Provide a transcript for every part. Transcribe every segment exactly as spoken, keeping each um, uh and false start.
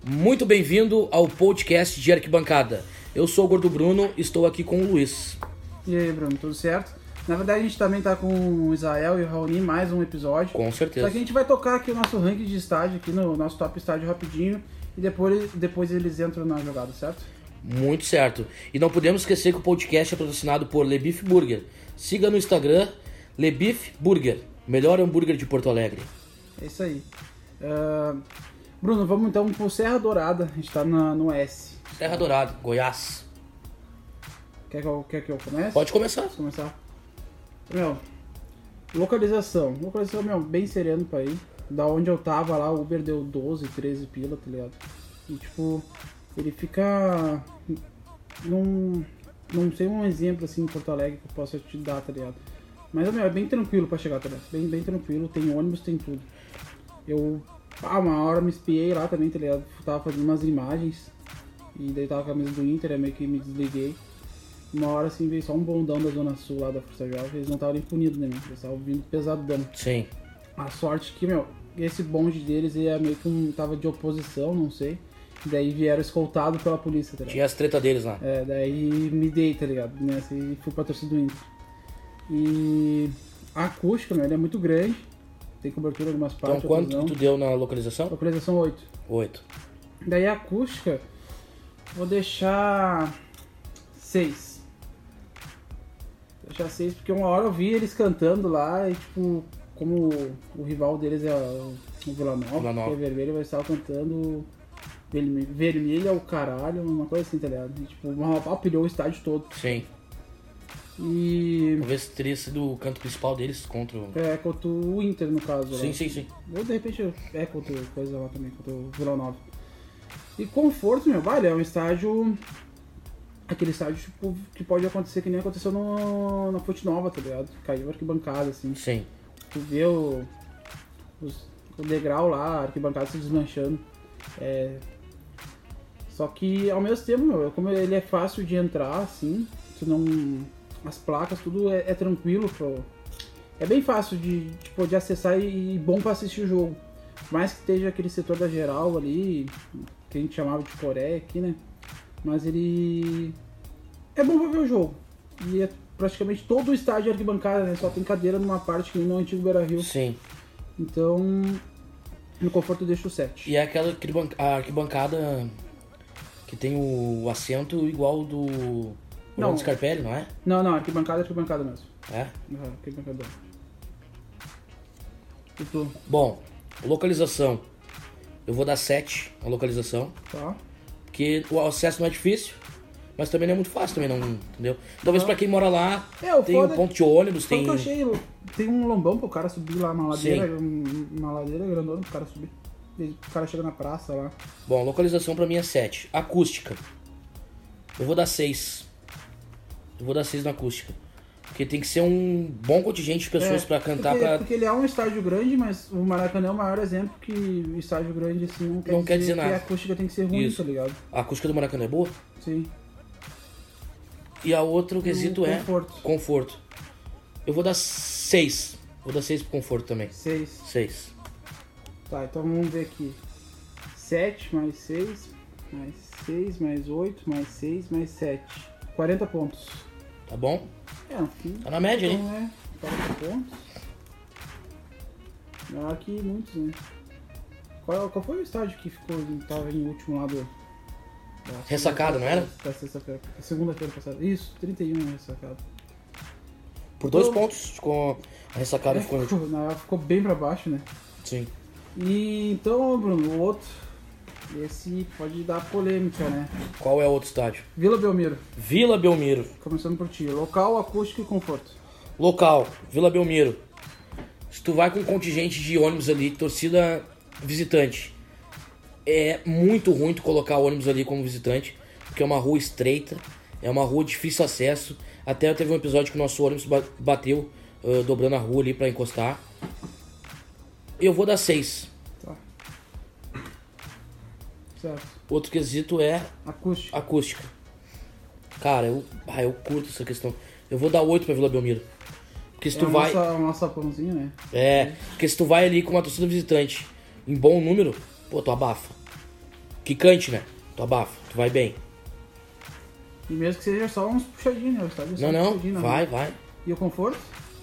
Muito bem-vindo ao podcast de Arquibancada. Eu sou o Gordo Bruno, estou aqui com o Luiz. E aí, Bruno, tudo certo? Na verdade, a gente também tá com o Israel e o Raoni, mais um episódio. Com certeza. Só que a gente vai tocar aqui o nosso ranking de estádio, aqui no nosso top estádio rapidinho, e depois, depois eles entram na jogada, certo? Muito certo. E não podemos esquecer que o podcast é patrocinado por Le Beef Burger. Siga no Instagram, Le Beef Burger, melhor hambúrguer de Porto Alegre. É isso aí. Uh, Bruno, vamos então pro Serra Dourada, a gente tá na, no S. Serra Dourada, Goiás. Quer que eu, quer que eu comece? Pode começar. Posso começar? Meu, localização. Localização, meu, bem sereno pra ir. Da onde eu tava lá, o Uber deu doze, treze pila, tá ligado? E tipo, ele fica... Num... Não sei um exemplo assim em Porto Alegre que eu possa te dar, tá ligado? Mas, meu, é bem tranquilo pra chegar, tá ligado? Bem, bem tranquilo, tem ônibus, tem tudo. Eu, ah, uma hora me espiei lá também, tá ligado? Tava fazendo umas imagens. E daí tava com a camisa do Inter, aí meio que me desliguei. Uma hora assim veio só um bondão da Zona Sul lá da Força Jovem, eles não estavam nem punidos, né, meu? Eles estavam vindo pesadão. Sim. A sorte que, meu, esse bonde deles ia meio que um, tava de oposição, não sei. E daí vieram escoltados pela polícia, tá ligado? Tinha as treta deles lá. É, daí me dei, tá ligado? Nessa e fui pra torcida do Inter. E a acústica, meu, ele é muito grande. Tem cobertura em algumas partes. Então quanto que tu deu na localização? Localização oito. oito. Daí a acústica, vou deixar seis. Vou deixar seis porque uma hora eu vi eles cantando lá e tipo, como o rival deles é o Vila Nova, Vila Nova. que é vermelho, vai estar cantando vermelho, vermelho é o caralho, uma coisa assim, tá ligado? E, tipo, uma apilhou o estádio todo. Sim. E... Talvez teria sido o canto principal deles contra o... É, contra o Inter, no caso. Sim, lá. sim, sim. Ou de repente é contra coisa lá também, contra o Vila Nova. E conforto, meu, vale, é um estádio... Aquele estádio tipo, que pode acontecer que nem aconteceu no, na Fonte Nova, tá ligado? Caiu a arquibancada, assim. Sim. Tu vê o, os, o degrau lá, a arquibancada se desmanchando. É... Só que ao mesmo tempo, meu, como ele é fácil de entrar, assim, tu não... As placas, tudo é, é tranquilo, pro... é bem fácil de, tipo, de acessar e, e bom pra assistir o jogo. Por mais que esteja aquele setor da geral ali, que a gente chamava de Coreia aqui, né? Mas ele é bom pra ver o jogo. E é praticamente todo o estádio de arquibancada, né? Só tem cadeira numa parte que nem no antigo Beira-Rio. Sim. Então, no conforto eu deixo o sete. E é aquela arquibanca- a arquibancada que tem o assento igual do... Não. do Scarpelli, não é? Não, não, arquibancada é arquibancada mesmo. É? Uhum, arquibancada. E tu? Bom, localização. Eu vou dar sete na localização. Tá. Porque o acesso não é difícil, mas também não é muito fácil também, não, entendeu? Talvez Não. pra quem mora lá, É, o tem um foda- ponto de ônibus, Só tem... que eu achei, tem um lombão pro cara subir lá, uma ladeira, um- uma ladeira grandona pro cara subir. E o cara chega na praça lá. Bom, localização pra mim é sete. Acústica. Eu vou dar seis. Eu vou dar seis na acústica. Porque tem que ser um bom contingente de pessoas É, pra cantar porque, pra... porque ele é um estádio grande, mas o Maracanã é o maior exemplo que o estádio grande assim não quer, Não dizer, quer dizer que nada. a acústica tem que ser ruim, Isso. tá ligado? A acústica do Maracanã é boa. Sim. E a outra, o quesito é... conforto. Conforto. Eu vou dar seis. Vou dar seis pro conforto também. seis. seis. Tá, então vamos ver aqui. sete mais seis, mais seis, mais oito, mais seis, mais sete. quarenta pontos. Tá bom? É, no fim. Tá na média, hein? Então é quarenta pontos. Melhor que muitos, né? Qual, qual foi o estádio que ficou, tava em último lá do... da Ressacada, não era? Da sexta-feira, segunda-feira passada. Isso, trinta e um ressacada. Por dois Então- pontos, ficou... A ressacada É, ficou... no último. ficou, na- ficou bem pra baixo, né? Sim. E então, Bruno, o outro, esse pode dar polêmica, né? Qual é o outro estádio? Vila Belmiro, Vila Belmiro. começando por ti. Local, acústico e conforto. Local, Vila Belmiro. Se tu vai com um contingente de ônibus ali, torcida visitante, é muito ruim tu colocar o ônibus ali como visitante, porque é uma rua estreita, é uma rua de difícil acesso. Até teve um episódio que o nosso ônibus ba- bateu, uh, dobrando a rua ali pra encostar. Eu vou dar seis. Tá. Certo. Outro quesito é Acústico. acústica. Cara, eu, ah, eu curto essa questão. Eu vou dar oito pra Vila Belmiro. Porque se É tu o vai... nosso, o nosso pãozinho, né? É, porque se tu vai ali com uma torcida visitante em bom número, pô, tu abafa. Quicante, né? Tu abafa, tu vai bem. E mesmo que seja só uns puxadinhos, né? Sabe? Só Não, uns não, puxadinhos, vai, né? vai. E o conforto?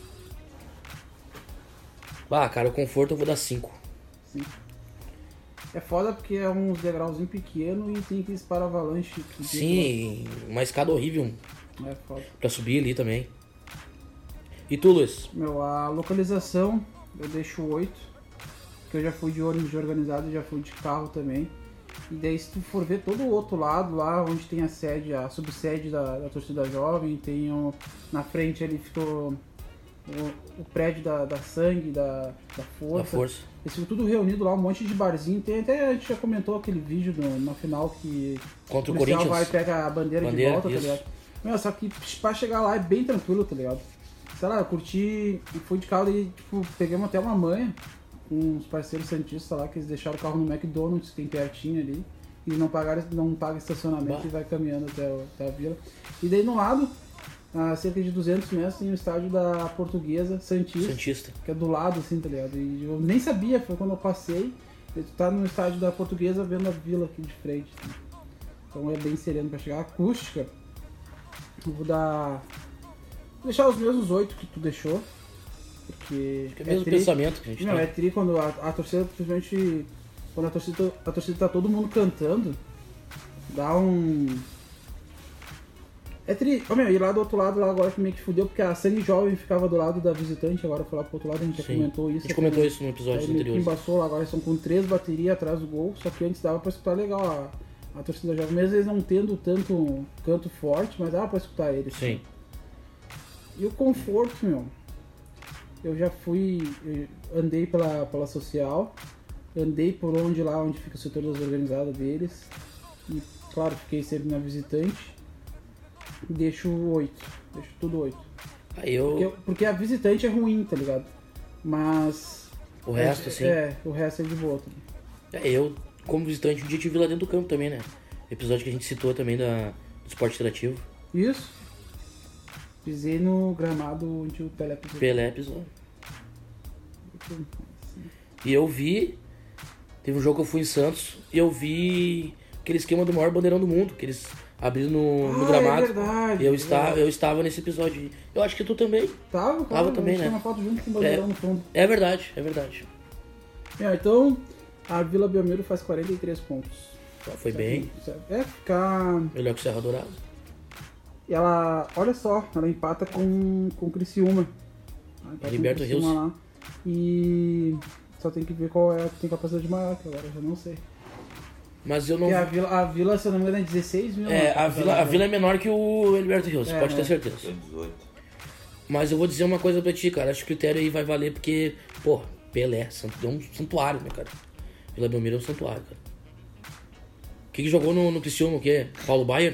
Ah, cara, o conforto eu vou dar cinco. Sim. É foda porque é uns degrauzinhos pequenos e tem aqueles para-avalanche. Sim, uma escada horrível É foda. pra subir ali também. E tu, Luiz? Meu, a localização eu deixo oito. Que eu já fui de ônibus de organizado e já fui de carro também. E daí se tu for ver todo o outro lado, lá onde tem a sede, a subsede da, da torcida jovem, tem o, na frente ali ficou o, o prédio da, da Sangue, da, da Força. Da Força. Eles ficam tudo reunido lá, um monte de barzinho. Tem até, a gente já comentou aquele vídeo no, na final que Contra o policial Corinthians. vai e pega a bandeira, Bandeira, de volta, isso. tá ligado? Meu, só que pra chegar lá é bem tranquilo, tá ligado? Sei lá, eu curti, fui de carro e tipo, pegamos até uma manha com uns parceiros santistas lá, que eles deixaram o carro no McDonald's, que tem pertinho ali, e não pagaram, não paga estacionamento Bah. e vai caminhando até, o- até a vila. E daí no lado, a cerca de duzentos metros, tem o estádio da Portuguesa Santista, Santista. que é do lado, assim, tá ligado? E eu nem sabia, foi quando eu passei, e tu tá no estádio da Portuguesa vendo a vila aqui de frente. Assim. Então é bem sereno pra chegar. A acústica, eu vou dar... Vou deixar os mesmos oito que tu deixou, porque... Que é o mesmo tri- pensamento que a gente Não, tem. é tri quando a, a torcida, principalmente, quando a torcida, a torcida tá todo mundo cantando, dá um... É tri... Ô, meu, e lá do outro lado, lá agora que meio que fudeu, porque a Sangue Jovem ficava do lado da visitante, agora foi lá pro outro lado, a gente já Sim. comentou isso. A gente comentou isso no episódio Aí meio que anterior. embaçou lá, agora eles estão com três baterias atrás do gol, só que antes dava pra escutar legal a, a torcida jovem, mesmo eles não tendo tanto canto forte, mas dava pra escutar eles. Sim. E o conforto, meu, eu já fui, eu andei pela, pela social, andei por onde lá, onde fica o setor das organizadas deles, e claro, fiquei sempre na visitante, deixo oito, deixo tudo oito. Aí eu... Porque, porque a visitante é ruim, tá ligado? Mas... O resto, é, assim... É, o resto é de boa também. É, eu, como visitante, um dia tive lá dentro do campo também, né? Episódio que a gente citou também da, do esporte interativo. Isso. Pisei no gramado onde o Pelé pisou. Pelé episódio. E eu vi... Teve um jogo que eu fui em Santos e eu vi aquele esquema do maior bandeirão do mundo, que eles abriram no, no Ah, gramado. é verdade. eu, é estava, verdade. eu estava nesse episódio. Eu acho que tu também. Tava, Tava também, né? uma foto junto com o bandeirão É. no fundo. É verdade, é verdade. É, então, a Vila Belmiro faz quarenta e três pontos. Foi bem. É, ficar... Melhor que o Serra Dourada. E ela, olha só, ela empata com, com o Criciúma. Ela empata com o Liberto Criciúma Rios. lá. E só tem que ver qual é a que tem capacidade maior, que agora eu já não sei. Mas eu não... Porque a Vila, a Vila, se eu não me engano, é dezesseis mil. É, né? a vila, a vila é menor que o Heriberto Rios, É, pode é. ter certeza. dezoito. Mas eu vou dizer uma coisa pra ti, cara. Acho que o critério aí vai valer porque, pô, Pelé, sant- é um santuário, né, cara? Vila Belmiro é um santuário, cara. O que, que jogou no, no Criciúma, o quê? Paulo Baier?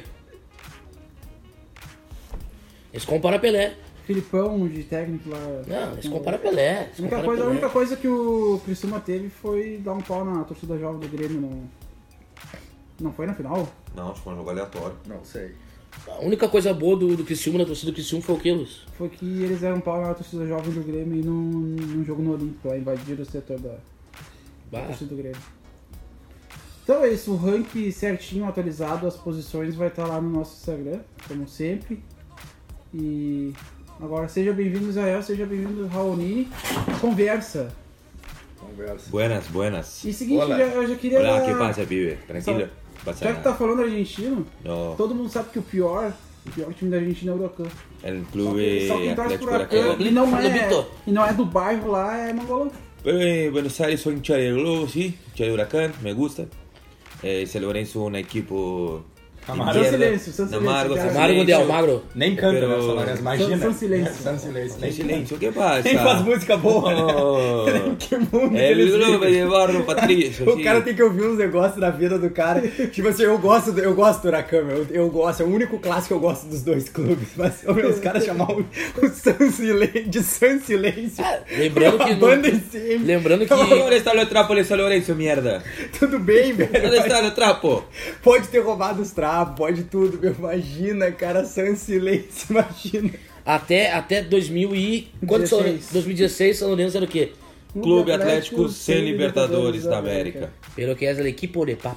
Eles comparam Pelé. Filipão de técnico lá. Não, eles comparam Pelé. Eles A única, comparam coisa, a Pelé. única coisa que o Criciúma teve foi dar um pau na torcida jovem do Grêmio. No... Não foi na final? Não, acho que foi um jogo aleatório. Não sei. A única coisa boa do, do Criciúma, da torcida do Criciúma, foi o quê, Luiz? Foi que eles deram um pau na torcida jovem do Grêmio e num, num jogo no Olímpico, lá invadiram o setor da, da Bah, torcida do Grêmio. Então é isso, o ranking certinho, atualizado, as posições vai estar lá no nosso Instagram, como sempre. E agora seja bem-vindo, Israel, seja bem-vindo, Raoni. Conversa. Conversa. Buenas, buenas. E seguinte, Olá. já- eu já queria... Hola, ¿qué pasa, pibe? Tranquilo. Pasa Já que tá falando argentino, No, todo mundo sabe que o pior, o pior time da Argentina é o Huracan. el Só club que- só quem torce Atlético pro Huracan Huracán. e não, é, Globito. e não é do bairro lá, é mongolão. Pero en Buenos Aires soy hincha del Globo, sí. Hincha de Huracán, me gusta. Eh, San Lorenzo un equipo... de Amargo. mierda. San Silencio, San Silencio, Amargo, cara. San Magro Mundial, Silencio. Magro. Nem canta, Pero- né, Solares? Imagina. São silêncio. São silêncio. San Silencio, ¿qué pasa? Nem faz música boa, né? Oh, Que mundo que el eles Globo vivem. de Barro Patricio, O sí. cara tem que ouvir uns negócios da vida do cara. Tipo assim, eu gosto, do- eu gosto do Huracan, meu. Eu, eu gosto, é o único clássico que eu gosto dos dois clubes. Mas ô, meu, os caras chamavam o San Silêncio de San Silêncio. Lembrando que... A no- banda em si. Lembrando que... ¿Dónde está el trapo de San Lorenzo, mierda? Tudo bem, ¿Dónde velho. está el trapo? Pode ter roubado os trapos, pode tudo, meu. Imagina, cara, San Silêncio, imagina. Até, até dois mil e... Quanto São- dezesseis. dois mil e dezesseis, São Lourenço era o quê? Clube Atlético sem Libertadores da América. Pelo que é o equipo de papa.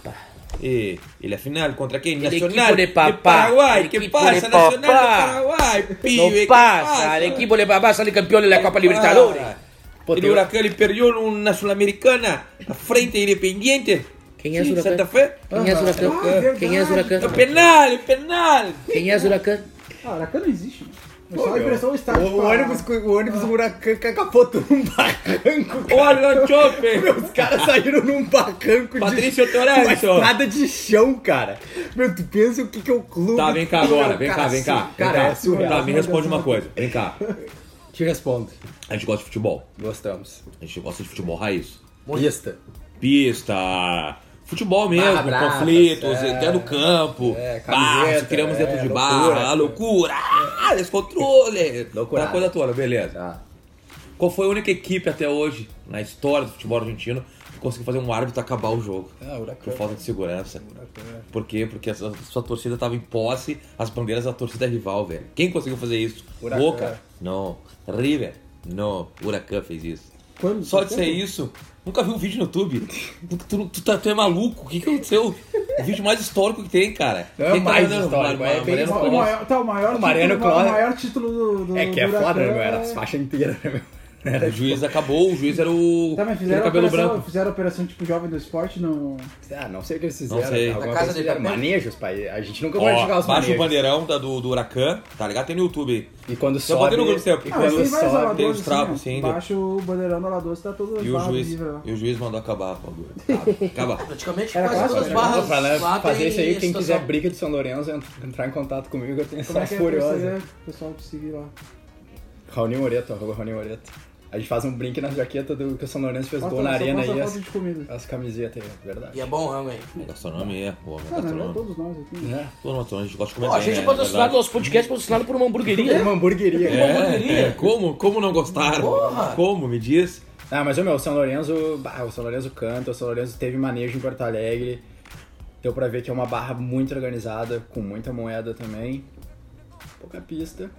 E, e la final contra quem? El Nacional equipo de de papá. Paraguay. El Que equipo passa? de Nacional de papá. Paraguay. No Pibe, que pasa, el equipo de papá sale campeón en la Copa Libertadores. Ah, el Huracán le perdió una Sudamericana a frente de Independiente. Quem é Sí, Huracán? Santa Fe. Quem é Huracán? Ah, Quem é Huracán? É penal, é penal. Quem é Huracán? Ah, Huracan não existe, mano. É Pô, só a meu, impressão estática. O, o ônibus, o ônibus Huracan capotou num barranco, cara. Olha o Chopper. Meu, os caras saíram num barranco Patrício de Toranzo. uma estrada de chão, cara. Meu, tu pensa o que que é o clube... Tá, vem cá agora, vem Cara, cá, vem cá. Cara, vem cá. é surreal. Tá, me responde uma coisa, vem cá. Te respondo. A gente gosta de futebol. Gostamos. A gente gosta de futebol raiz. Pista. Pista. Futebol mesmo, Barra brava, conflitos, é. até no campo. É, barra, camiseta, se criamos é, dentro de loucura. barra, a loucura, ah, descontrole. Loucurada. Aquela coisa toda, beleza. Tá. Qual foi a única equipe até hoje, na história do futebol argentino, que conseguiu fazer um árbitro acabar o jogo? Ah, Huracan. Por falta de segurança. Por quê? Porque a sua, a sua torcida estava em posse, as bandeiras da torcida rival, velho. Quem conseguiu fazer isso? Huracan. Boca? Não. River? Não. Huracan fez isso. Quando? Só de ser isso, nunca vi um vídeo no YouTube. Tu, tu, tu, tá- tu é maluco? O que que aconteceu? O vídeo mais histórico que tem, cara. Não é Quem tá mais fazendo? histórico, é bem Mariano O Clóvis. maior, tá, o maior, O Mariano título, Clóvis- o maior título do, do É que é do foda, Huracan né, meu? Era é- as faixas inteiras, né, meu? O juiz acabou, o juiz era o Tá, mas aquele fizeram a, cabelo operação, branco. fizeram a operação tipo Jovem do Esporte no... Ah, não sei o que eles fizeram. Não sei. Alguma Na casa coisa dele fizeram. também? Manejos, pai. A gente nunca vai Ó, jogar os baixa o manejos. bandeirão da, do, do Huracan, tá ligado? Tem no YouTube aí. E quando Eu sobe... botei no grupo seu. E Ah, mas quando tem vários sobe... aladores tem os assim, trapos, ó. sim, Baixa o bandeirão do alador, você tá todo E o juiz, livre lá. e o juiz mandou acabar a bagulho. Acaba. Praticamente Era quase quase, todas as era barras. Pra né, lá fazer tem isso aí, quem situação. quiser briga de São Lourenço, ent- entrar em contato comigo, eu tenho Como é essas que é pra furiosas. você, o pessoal te seguir lá? Raoni Moreto, arroba Raoni Moreto. A gente faz um brinque na jaqueta do que o São Lourenço fez Mostra- gol na só arena mostra aí. foto As, de comida. as camisetas aí, verdade. E é bom, rango, hein? Gastronomia, pô, Ah, não, é gastronomia. todos nós aqui. Né? Todo mundo, a gente gosta de comer Ó, a bem, gente é né? patrocinado, verdade. nosso podcast é patrocinado por uma hamburgueria. Uma hamburgueria. É, é, como, como não gostar? Porra! Como, me diz? Ah, mas o meu, o São Lourenço, bah, o São Lourenço canta, o São Lourenço teve manejo em Porto Alegre. Deu pra ver que é uma barra muito organizada, com muita moeda também. Pouca pista,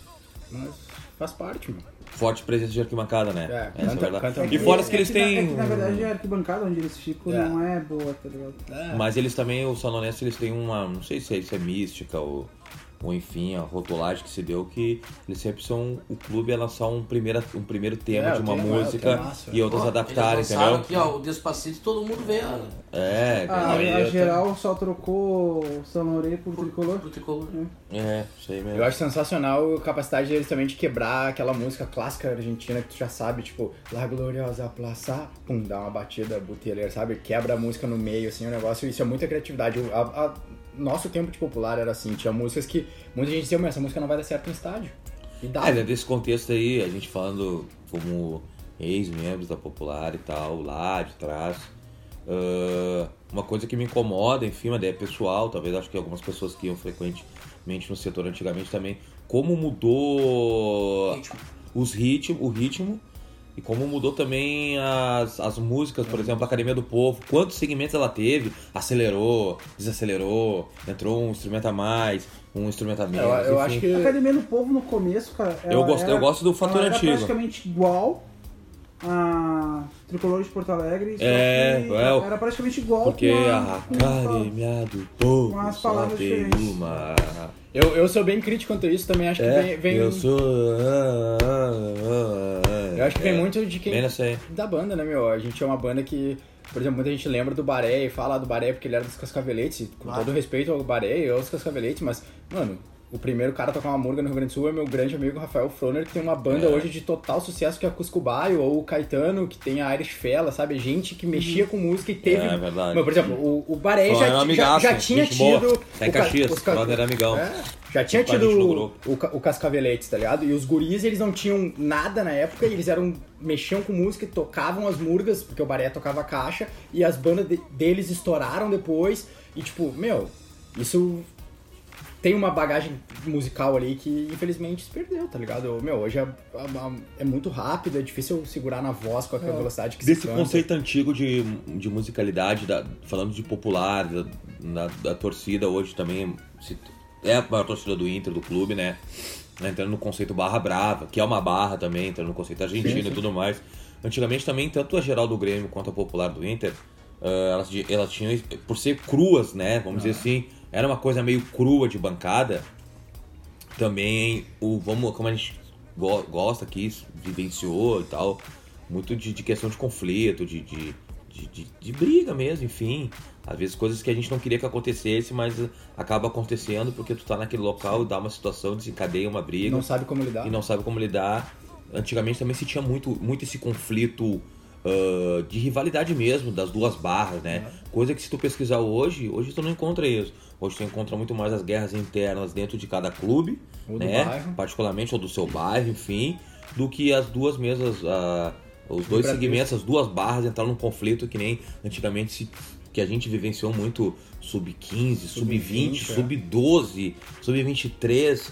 mas faz parte, mano. Forte presença de arquibancada, né? É, Essa canta- é a verdade. canta E muito. fora que eles é que, na- têm. É que na verdade a arquibancada onde eles ficam É. não é boa, tá ligado? É. Mas eles também, o São Lourenço, eles têm uma. Não sei se é, se é mística ou, ou enfim, a rotulagem que se deu, que eles sempre são o clube a lançar um primeiro, um primeiro tema É, de uma o tema é, o música temaço, e outras Ó, adaptarem, eles lançaram entendeu? aqui, ó, o Despacito e todo mundo veio ó, É, Ah, aí a eu geral só trocou o São Lourenço por tricolor. pro tricolor. tô- É, isso aí mesmo. Eu acho sensacional a capacidade deles também de quebrar aquela música clássica argentina que tu já sabe, tipo, La Gloriosa Plaza, pum, dá uma batida buteleira, sabe? Quebra a música no meio, assim, o negócio, isso é muita criatividade. O- a- a- nosso tempo de popular era assim, tinha músicas que muita gente dizia, mas essa música não vai dar certo no estádio. E dá. É, dentro desse contexto aí, a gente falando como ex-membros da Popular e tal, lá de trás. ah, uma coisa que me incomoda, enfim, mas é pessoal, talvez acho que algumas pessoas que iam frequentemente no setor antigamente também, como mudou Ritmo. os ritmos, o ritmo e como mudou também as, as músicas, por exemplo, a Academia do Povo, quantos segmentos ela teve, acelerou, desacelerou, entrou um instrumento a mais, um instrumento a menos, Eu, eu enfim. acho que... A Academia do Povo no começo, cara. Eu ela gosto- era- eu gosto do fator ela era antigo. praticamente igual a Tricolor de Porto Alegre. Só É, que é, era praticamente igual Porque com a com a- Academia do Povo com as só palavras tem diferentes. uma. Eu, eu sou bem crítico quanto a isso, também acho que É, vem... vem- eu sou. ah, ah, ah, ah. Eu acho que vem É, muito de quem... Bem nessa aí. Da banda, né, meu? A gente é uma banda que, por exemplo, muita gente lembra do Baré e fala do Baré porque ele era dos Cascaveletes, com Claro. todo respeito ao Baré e aos Cascaveletes, mas, mano, o primeiro cara a tocar uma murga no Rio Grande do Sul é meu grande amigo Rafael Froner, que tem uma banda É. hoje de total sucesso que é a Cuscubaio, ou o Caetano, que tem a Irish Fella, sabe? Gente que mexia com música e teve... É, verdade. Meu, por exemplo, o, o Baré Froner já, é um já, amigaço, já tinha gente boa. tido... Tá em o ca- Caxias, os ca- Froner é amigão. É, já tinha Com a tido gente no o, grupo. o, ca- o Cascaveletes, tá ligado? E os guris, eles não tinham nada na época, e eles eram mexiam com música e tocavam as murgas, porque o Baré tocava caixa, e as bandas de- deles estouraram depois, e tipo, meu, isso tem uma bagagem musical ali que infelizmente se perdeu, tá ligado? Meu, hoje é, é- é muito rápido, é difícil segurar na voz com a velocidade que Desse se canta. conceito antigo de, de musicalidade, da- falando de popular, da, da, da torcida, hoje também se- é a maior torcida do Inter, do clube, né? Entrando no conceito barra brava, que é uma barra também, entrando no conceito argentino Sim, sim. e tudo mais. Antigamente também, tanto a geral do Grêmio quanto a popular do Inter, uh, elas, elas tinham, por ser cruas, né, vamos ah. dizer assim, era uma coisa meio crua de bancada, também, o, vamos, como a gente go, gosta aqui, vivenciou e tal, muito de, de questão de conflito, de, de, de, de, de briga mesmo, enfim, às vezes coisas que a gente não queria que acontecesse, mas acaba acontecendo porque tu tá naquele local e dá uma situação, desencadeia uma briga. Não sabe como lidar. E não sabe como lidar. Antigamente também se tinha muito, muito esse conflito uh, de rivalidade mesmo, das duas barras, né? É. Coisa que se tu pesquisar hoje, hoje tu não encontra isso. Hoje tu encontra muito mais as guerras internas dentro de cada clube, ou né? Do bairro. Particularmente, ou do seu bairro, enfim, do que as duas mesas, uh, os dois segmentos, as duas barras entraram num conflito que nem antigamente se... que a gente vivenciou muito sub quinze, sub vinte, sub doze, sub vinte e três,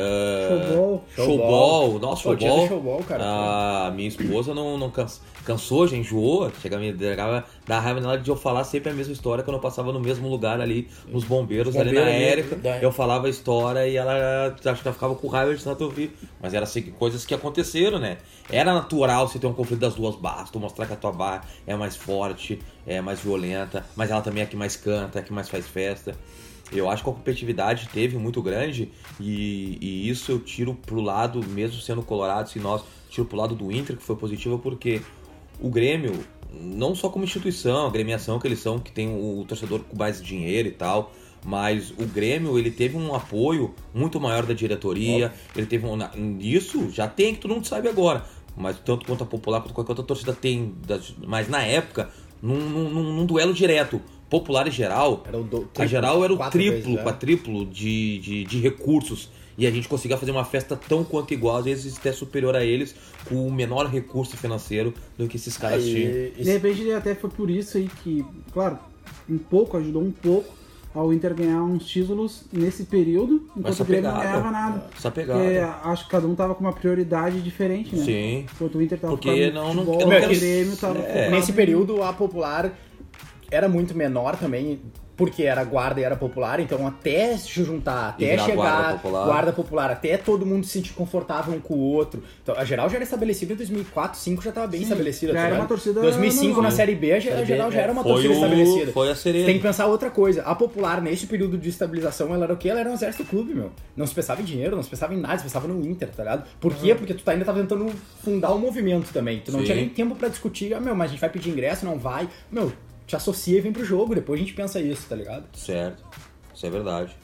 uh, showball, showball, nossa, Pô, showball, showball, cara. A minha esposa não, não cansa, cansou, já enjoou, chega a me dar raiva nela de eu falar sempre a mesma história quando eu passava no mesmo lugar ali, nos bombeiros, ali na Érica, eu falava a história e ela, acho que ela ficava com raiva de tanto ouvir, mas eram assim, coisas que aconteceram, né? Era natural você ter um conflito das duas barras, tu mostrar que a tua barra é mais forte, é mais violenta, mas ela também é a que mais canta, é a que mais faz festa. Eu acho que a competitividade teve muito grande e, e isso eu tiro pro lado, mesmo sendo colorado, se nós tiro pro lado do Inter, que foi positivo, porque o Grêmio, não só como instituição, a gremiação que eles são, que tem o, o torcedor com mais dinheiro e tal, mas o Grêmio, ele teve um apoio muito maior da diretoria, Óbvio. ele teve um... Isso já tem, que todo mundo sabe agora, mas tanto quanto a Popular, quanto qualquer outra torcida tem, mas na época, num, num, num duelo direto, Popular e Geral, era o do, triplo, a Geral era o triplo, quadriplo de, de, de recursos, e a gente conseguia fazer uma festa tão quanto igual, às vezes até superior a eles, com o menor recurso financeiro do que esses caras aí, tinham. De repente até foi por isso aí que, claro, um pouco, ajudou um pouco ao Inter ganhar uns títulos nesse período, enquanto o Grêmio não ganhava nada. Só pegada. Porque acho que cada um tava com uma prioridade diferente, né? Sim. Enquanto o Inter tava Porque com não, não, futebol, eu não quero... o Grêmio tava é. Nesse período, a Popular era muito menor também, porque era guarda e era popular, então até se juntar, até chegar guarda popular. guarda popular, até todo mundo se sentir confortável um com o outro. Então, a geral já era estabelecida em dois mil e quatro, dois mil e cinco já estava bem Sim, estabelecida. Já tá era uma torcida dois mil e cinco normal. Na Série B, a Série geral B, já era uma foi torcida o... estabelecida. Foi a Serena. Tem que pensar outra coisa. A Popular, nesse período de estabilização, ela era o quê? Ela era um exército clube, meu. Não se pensava em dinheiro, não se pensava em nada, se pensava no Inter, tá ligado? Por quê? Uhum. Porque tu ainda tava tentando fundar um movimento também. Tu não Sim. tinha nem tempo pra discutir, ah, meu, mas a gente vai pedir ingresso, não vai. Meu, te associa e vem pro jogo, depois a gente pensa isso, tá ligado? Certo, isso é verdade.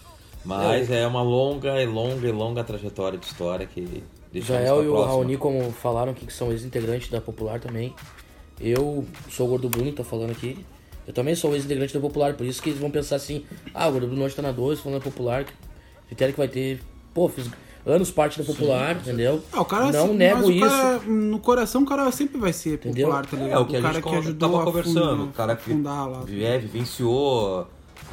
Mas é, é uma longa e longa e longa trajetória de história que deixa Jael e o Raoni, como falaram aqui, que são ex-integrantes da Popular também. Eu sou o Gordo Bruno, que tá falando aqui. Eu também sou ex-integrante da Popular, por isso que eles vão pensar assim, ah, o Gordo Bruno hoje tá na dois, falando da Popular, critério que vai ter, pô, fiz anos parte da Popular, sim, entendeu? Ah, o cara não assim, nego isso. Cara, no coração o cara sempre vai ser entendeu? Popular, tá ligado? É o que o a cara gente que ajudou tava a conversando, fundar, o cara que lá, é, vivenciou,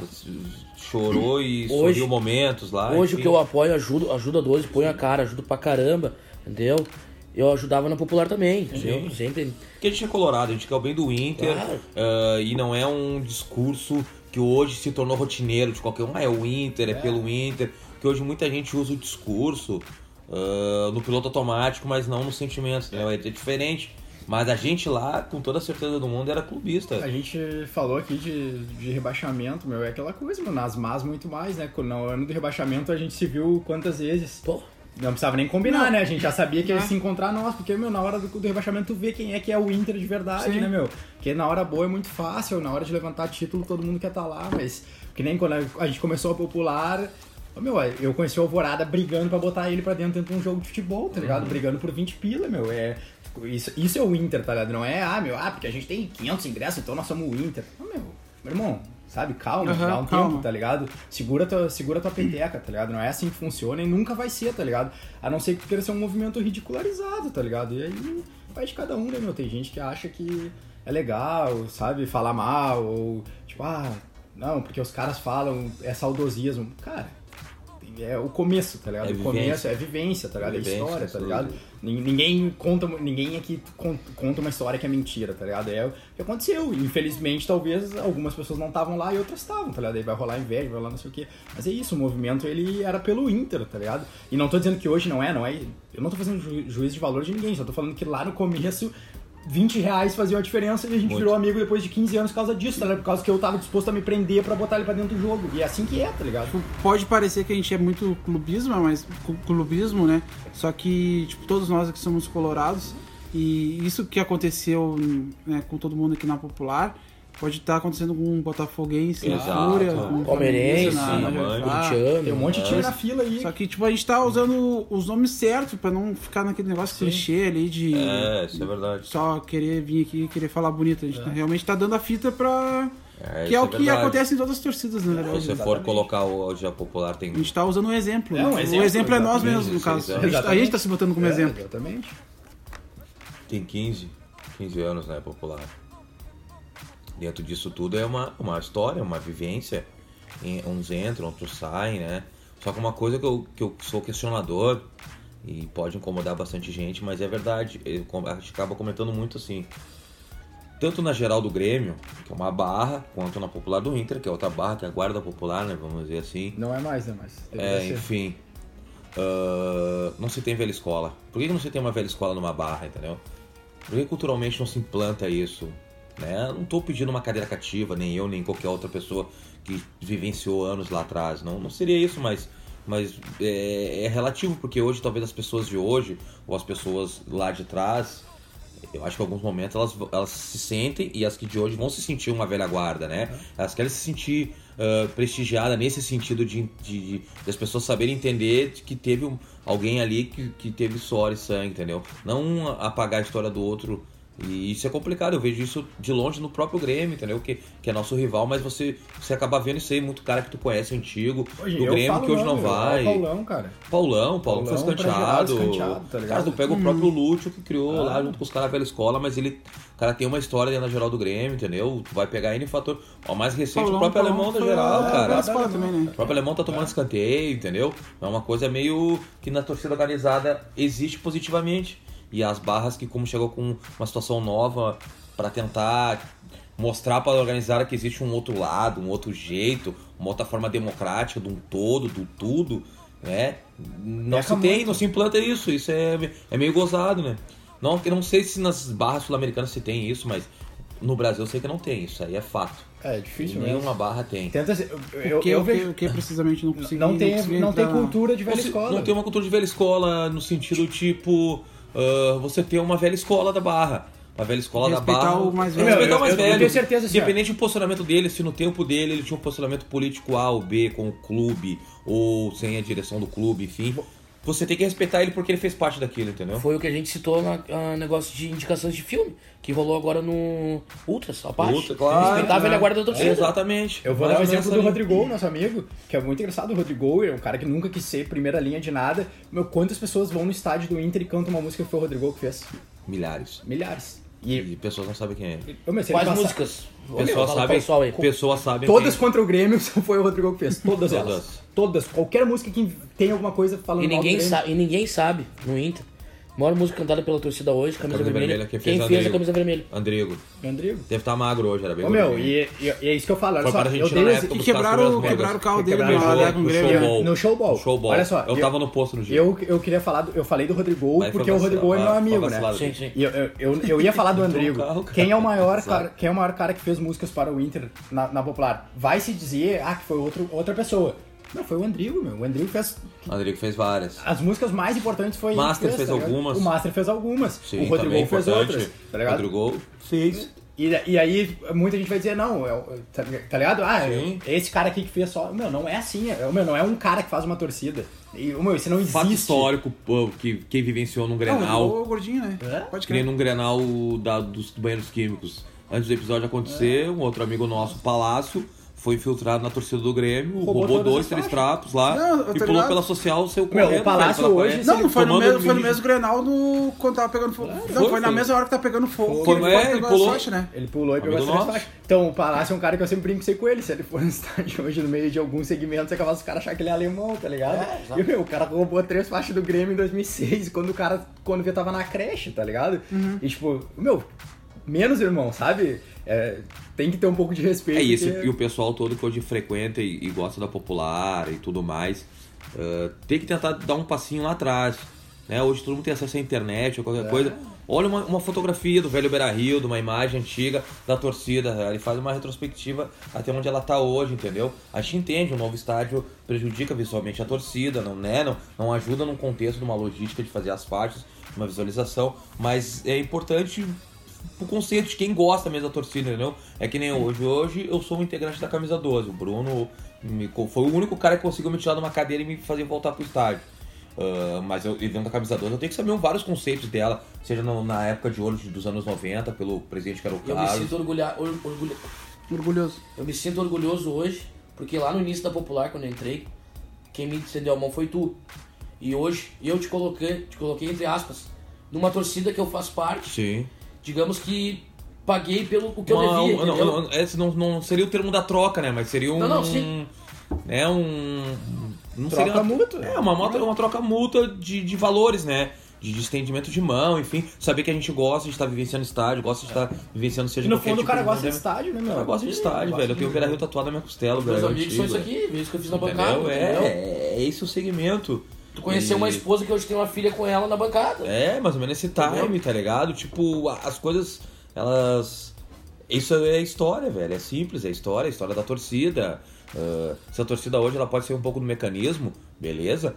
chorou e hoje, sorriu momentos lá. Hoje enfim. o que eu apoio, ajudo, ajuda doze, põe a cara, ajudo pra caramba, entendeu? Eu ajudava na Popular também, entendeu? Sim. Sempre. Porque a gente é colorado, a gente quer o bem do Inter, Claro. uh, e não é um discurso que hoje se tornou rotineiro de qualquer um, ah, é o Inter, é, é pelo Inter, que hoje muita gente usa o discurso uh, no piloto automático, mas não nos sentimentos, é. Né? É diferente. Mas a gente lá, com toda a certeza do mundo, era clubista. A gente falou aqui de, de rebaixamento, meu, é aquela coisa, mano, nas más muito mais, né? No ano do rebaixamento a gente se viu quantas vezes. Pô. Não precisava nem combinar, não. né? A gente já sabia que ia ah. se encontrar nós, porque, meu, na hora do, do rebaixamento tu vê quem é que é o Inter de verdade, Sim. né, meu? Porque na hora boa é muito fácil, na hora de levantar título todo mundo quer estar lá, mas que nem quando a gente começou a Popular, meu, eu conheci o Alvorada brigando pra botar ele pra dentro dentro de um jogo de futebol, tá ligado? Uhum. Brigando por vinte pila, meu, é... Isso, isso é o Inter, tá ligado? Não é, ah, meu, ah, porque a gente tem quinhentos ingressos, então nós somos o Inter. Não, meu, meu irmão, sabe, calma, uhum, dá um calma. tempo, tá ligado? Segura tua, segura tua peteca, tá ligado? Não é assim que funciona e nunca vai ser, tá ligado? A não ser que tu queira ser um movimento ridicularizado, tá ligado? E aí vai de cada um, né, meu? Tem gente que acha que é legal, sabe, falar mal, ou tipo, ah, não, porque os caras falam, é saudosismo. Cara, é o começo, tá ligado? É o começo é vivência, tá ligado? É, vivência, é história, tá ligado? Ninguém conta, ninguém aqui conta uma história que é mentira, tá ligado? É o que aconteceu. Infelizmente, talvez algumas pessoas não estavam lá e outras estavam, tá ligado? Aí vai rolar inveja, vai rolar não sei o quê. Mas é isso, o movimento, ele era pelo Inter, tá ligado? E não tô dizendo que hoje não é, não é... Eu não tô fazendo ju- juízo de valor de ninguém, só tô falando que lá no começo vinte reais faziam a diferença e a gente Muito. virou amigo depois de quinze anos por causa disso, tá ligado? Por causa que eu tava disposto a me prender pra botar ele pra dentro do jogo. E é assim que é, tá ligado? Tipo, pode parecer que a gente é muito clubismo, mas cu- clubismo, né? Só que, tipo, todos nós aqui somos colorados e isso que aconteceu, né, com todo mundo aqui na Popular pode estar acontecendo com um botafoguense na Exato. Fúria, com um Palmeirense, na, na mãe, Jafar. corintiano. Tem um monte de time na fila aí. Só que, tipo, a gente tá usando os nomes certos pra não ficar naquele negócio clichê ali de É, isso é verdade. só querer vir aqui e querer falar bonito. A gente realmente tá dando a fita pra... É, que é isso o que verdade. acontece em todas as torcidas, na Se verdade. você for colocar hoje a Popular, tem A gente tá usando um exemplo. É, né? um o exemplo, exemplo é nós exatamente, mesmos, no isso, caso. exato. A gente, a gente tá se botando como É, exemplo. Exatamente. tem quinze, quinze anos, né, Popular. Dentro disso tudo é uma, uma história, uma vivência. Em- Uns entram, outros saem, né? Só que uma coisa que eu, que eu sou questionador, e pode incomodar bastante gente, mas é verdade. Eu, com- a gente acaba comentando muito assim. Tanto na geral do Grêmio, que é uma barra, quanto na Popular do Inter, que é outra barra, que é a Guarda Popular, né? Vamos dizer assim. Não é mais, né? Mas É, deveria ser. enfim. ah, não se tem velha escola. Por que que não se tem uma velha escola numa barra, entendeu? Por que culturalmente não se implanta isso? Né? Não estou pedindo uma cadeira cativa, nem eu, nem qualquer outra pessoa que vivenciou anos lá atrás. Não, não seria isso, mas, mas é, é relativo, porque hoje talvez as pessoas de hoje, ou as pessoas lá de trás, eu acho que em alguns momentos elas, elas se sentem, e as que de hoje vão se sentir uma velha guarda, né? Elas querem se sentir uh, prestigiadas nesse sentido de, de, de, de as pessoas saberem entender que teve um, alguém ali que, que teve suor e sangue, entendeu? Não apagar a história do outro. E isso é complicado, eu vejo isso de longe no próprio Grêmio, entendeu? Que, que é nosso rival, mas você, você acaba vendo isso aí, muito cara que tu conhece, antigo, Hoje, do eu Grêmio, falo que hoje não, não, meu, vai. é o Paulão, cara. Paulão, Paulão foi Paulão pra gerar escanteado. escanteado, tá ligado? Cara, tu pega o próprio Lúcio que criou lá junto com os caras da velha escola, mas ele, o cara tem uma história dentro da geral do Grêmio, entendeu? Tu vai pegar N fator. O mais recente, Paulão, o próprio Paulão alemão da foi- geral, é, cara. pela escola também, né? O próprio alemão tá tomando escanteio, entendeu? É uma coisa meio que na torcida organizada existe positivamente. E as barras que, como chegou com uma situação nova pra tentar mostrar para a organizada que existe um outro lado, um outro jeito, uma outra forma democrática de um todo, do tudo, né? Não Peca se tem, muito. não se implanta isso. Isso é, é meio gozado, né? Não, eu não sei se nas barras sul-americanas se tem isso, mas no Brasil eu sei que não tem. Isso aí é fato. É difícil Nenhuma mesmo. barra tem. Tenta ser, eu, eu, O que, eu o que, vejo. o que precisamente não consegui Não tem, consegui não tem entrar- cultura de velha Não se- escola. Não tem uma cultura de velha escola no sentido tipo ah, você ter uma velha escola da barra. Uma velha escola da Respeitar barra. o mais velho. Respeitar Eu- o mais eu- eu velho. tenho certeza, assim, ó. Independente do posicionamento dele, se no tempo dele ele tinha um posicionamento político A ou B com o clube, ou sem a direção do clube, enfim. Você tem que respeitar ele porque ele fez parte daquilo, entendeu? Foi o que a gente citou no negócio de indicações de filme, que rolou agora no Ultras, a parte. Ultra, claro, Respeitar a velha né? guarda da torcida. Exatamente. Eu vou Mais dar o ou menos exemplo do ali. Rodrigo, nosso amigo, que é muito engraçado. O Rodrigo é um cara que nunca quis ser primeira linha de nada. Meu, quantas pessoas vão no estádio do Inter e cantam uma música que foi o Rodrigo que fez? Milhares. Milhares. E E, pessoas não sabem quem é. ô, meu, se ele Quais passar- músicas? Pessoas Fala sabem, pro pessoal aí. pessoas sabem Todas quem contra o Grêmio foi o Rodrigo que fez. Todas, Todas. elas. Todas. Qualquer música que tem alguma coisa falando E mal do ninguém, Grêmio. sabe, e ninguém sabe no Inter. Maior música cantada pela torcida hoje, Camisa, Camisa Vermelha. Vermelha, quem Quem fez fez, Andrigo. a Camisa Vermelha? Andrigo. Rodrigo. Deve estar magro hoje, era bem Ô, meu, gordinho. e, e- e é isso que eu falo. Olha Foi só, para a eu Argentina dei na esse- época E dos quebraram, Cássio Megas. quebraram o carro dele Quebraram no o Alé jogo, com o no Grêmio. showball. No showball. No showball. Olha só, eu, eu- tava no posto no dia. Eu, eu queria falar, do- eu falei do Rodrigo Aí foi porque o Rodrigo é vacilado, meu foi amigo, né? vacilado. Sim, sim. E eu, eu, eu, eu ia falar do Andrigo. carro, cara. Quem é o maior Exato. cara, quem é o maior cara que fez músicas para o Inter na, na Popular? Vai se dizer, ah, que foi outro, outra pessoa. Não, foi o Andrigo, meu. O Andrigo fez Andrigo fez várias. as músicas mais importantes foi ele que Master fez tá ligado? algumas. O Master fez algumas. Sim, o Rodrigo também fez importante. outras, tá ligado? Rodrigo fez. E, e aí, muita gente vai dizer, não, é, o- tá, tá ligado? Ah, Sim. é esse cara aqui que fez só. Meu, não é assim. É, meu, não é um cara que faz uma torcida. E, meu, isso não existe. Fato histórico, pô, que quem vivenciou num Não, Grenal, o gordinho, né? É? Pode que nem crer. num Grenal da, dos banheiros químicos. Antes do episódio acontecer, um outro amigo nosso, Palácio, foi infiltrado na torcida do Grêmio, Roubou roubou, todas dois, as três faixas. trapos lá Não, eu tô e pulou ligado. pela social, saiu Meu, o correndo. Palácio velho, pela hoje, frente, Não, não foi no, tomando mesmo, foi no mídia. mesmo Grenal no, quando tava pegando fogo. Não, Foi, foi, na foi. mesma hora que tá pegando fogo. Foi, que é, ele pegou a pulou. faixa, né? Ele pulou e pegou as Amigo três nosso. faixas. Então, o Palácio é um cara que eu sempre brinquei com ele. Se ele for no estádio hoje, no meio de alguns segmentos, é capaz dos caras achar que ele é alemão, tá ligado? É, e, meu, o cara roubou três faixas do Grêmio em dois mil e seis, quando o cara, quando eu tava na creche, tá ligado? Uhum. E, tipo, meu, menos, irmão, sabe? É, tem que ter um pouco de respeito. É, e, esse, porque- e o pessoal todo que hoje frequenta e, e gosta da Popular e tudo mais, uh, tem que tentar dar um passinho lá atrás. né? Hoje todo mundo tem acesso à internet ou qualquer é. coisa. Olha uma, uma fotografia do velho Beira-Rio, de uma imagem antiga da torcida, ele faz uma retrospectiva até onde ela tá hoje, entendeu? A gente entende, um novo estádio prejudica visualmente a torcida, não, né? não, não ajuda num contexto de uma logística de fazer as faixas, uma visualização, mas é importante o conceito de quem gosta mesmo da torcida, entendeu? É que nem hoje, hoje eu sou um integrante da camisa doze, o Bruno me, foi o único cara que conseguiu me tirar de uma cadeira e me fazer voltar pro estádio. Uh, mas eu, dentro da camisa doze, eu tenho que saber vários conceitos dela, seja no, na época de ouro dos anos noventa, pelo presidente que era o Carlos. Eu me sinto orgulha, or, orgulho, orgulhoso. Eu me sinto orgulhoso hoje, porque lá no início da Popular, quando eu entrei, quem me estendeu a mão foi tu. E hoje eu te coloquei, te coloquei entre aspas, numa torcida que eu faço parte. Sim. Digamos que paguei pelo o que Uma, eu devia, não, não, esse não, não seria o termo da troca, né? Mas seria um... Não, não, sim. É um... Não troca seria uma, mútua. É, uma, moto, uma troca mútua de, de valores, né? De, de estendimento de mão, enfim. Saber que a gente gosta de estar vivenciando estádio, gosta de estar vivenciando seja e no qualquer fundo tipo o cara de gosta de evento. estádio, né, meu? O cara gosta de estádio, velho. Eu tenho o Beira-Rio tatuado na minha costela. Meus Beira-Rio amigos são isso antigo. aqui, isso que eu fiz na Entendeu? bancada. É, é, é esse o segmento. Tu conheceu e... uma esposa que hoje tem uma filha com ela na bancada. É, mais ou menos esse time, entendeu? Tá ligado? Tipo, as coisas, elas... Isso é história, velho. É simples, é história, é história da torcida. Uh, se a torcida hoje ela pode ser um pouco do mecanismo, beleza?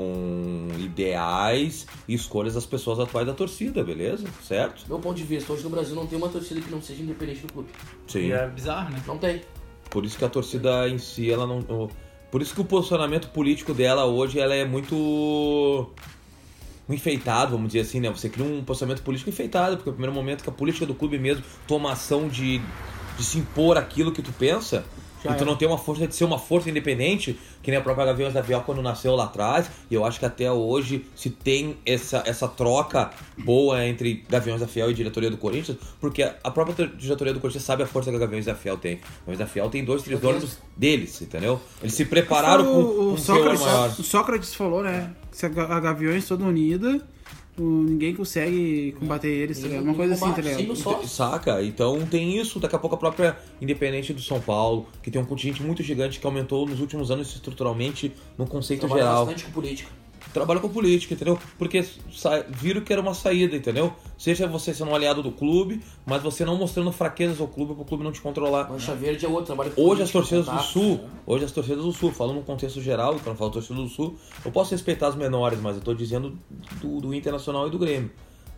São ideais e escolhas das pessoas atuais da torcida, beleza? Certo? Meu ponto de vista, hoje no Brasil não tem uma torcida que não seja independente do clube. Sim. E é bizarro, né? Não tem. Por isso que a torcida em si, ela não... Por isso que o posicionamento político dela hoje, ela é muito... enfeitado, vamos dizer assim, né? Você cria um posicionamento político enfeitado, porque é o primeiro momento que a política do clube mesmo toma ação de, de se impor aquilo que tu pensa, já e tu é. não tem uma força de ser uma força independente, que nem a própria Gaviões da Fiel quando nasceu lá atrás, e eu acho que até hoje se tem essa, essa troca boa entre Gaviões da Fiel e diretoria do Corinthians, porque a própria diretoria do Corinthians sabe a força que a Gaviões da Fiel tem. A Gaviões da Fiel tem dois, três ônibus deles, entendeu? Eles se prepararam com o, um o Sócrates, maior. O Sócrates falou, né, que se a Gaviões toda unida, ninguém consegue combater eles, tá ligado? Uma coisa assim, tá ligado? Saca? Então tem isso, daqui a pouco a própria Independente do São Paulo, que tem um contingente muito gigante que aumentou nos últimos anos estruturalmente no conceito Trabalha geral. bastante com política. Trabalha com política, entendeu? Porque viram que era uma saída, entendeu? Seja você sendo um aliado do clube, mas você não mostrando fraquezas ao clube para o clube não te controlar. Mancha Verde é outro, trabalho com Hoje política, as torcidas contato, do Sul, né? hoje as torcidas do Sul, falando no contexto geral, quando eu falo torcida do Sul, eu posso respeitar as menores, mas eu estou dizendo do, do Internacional e do Grêmio.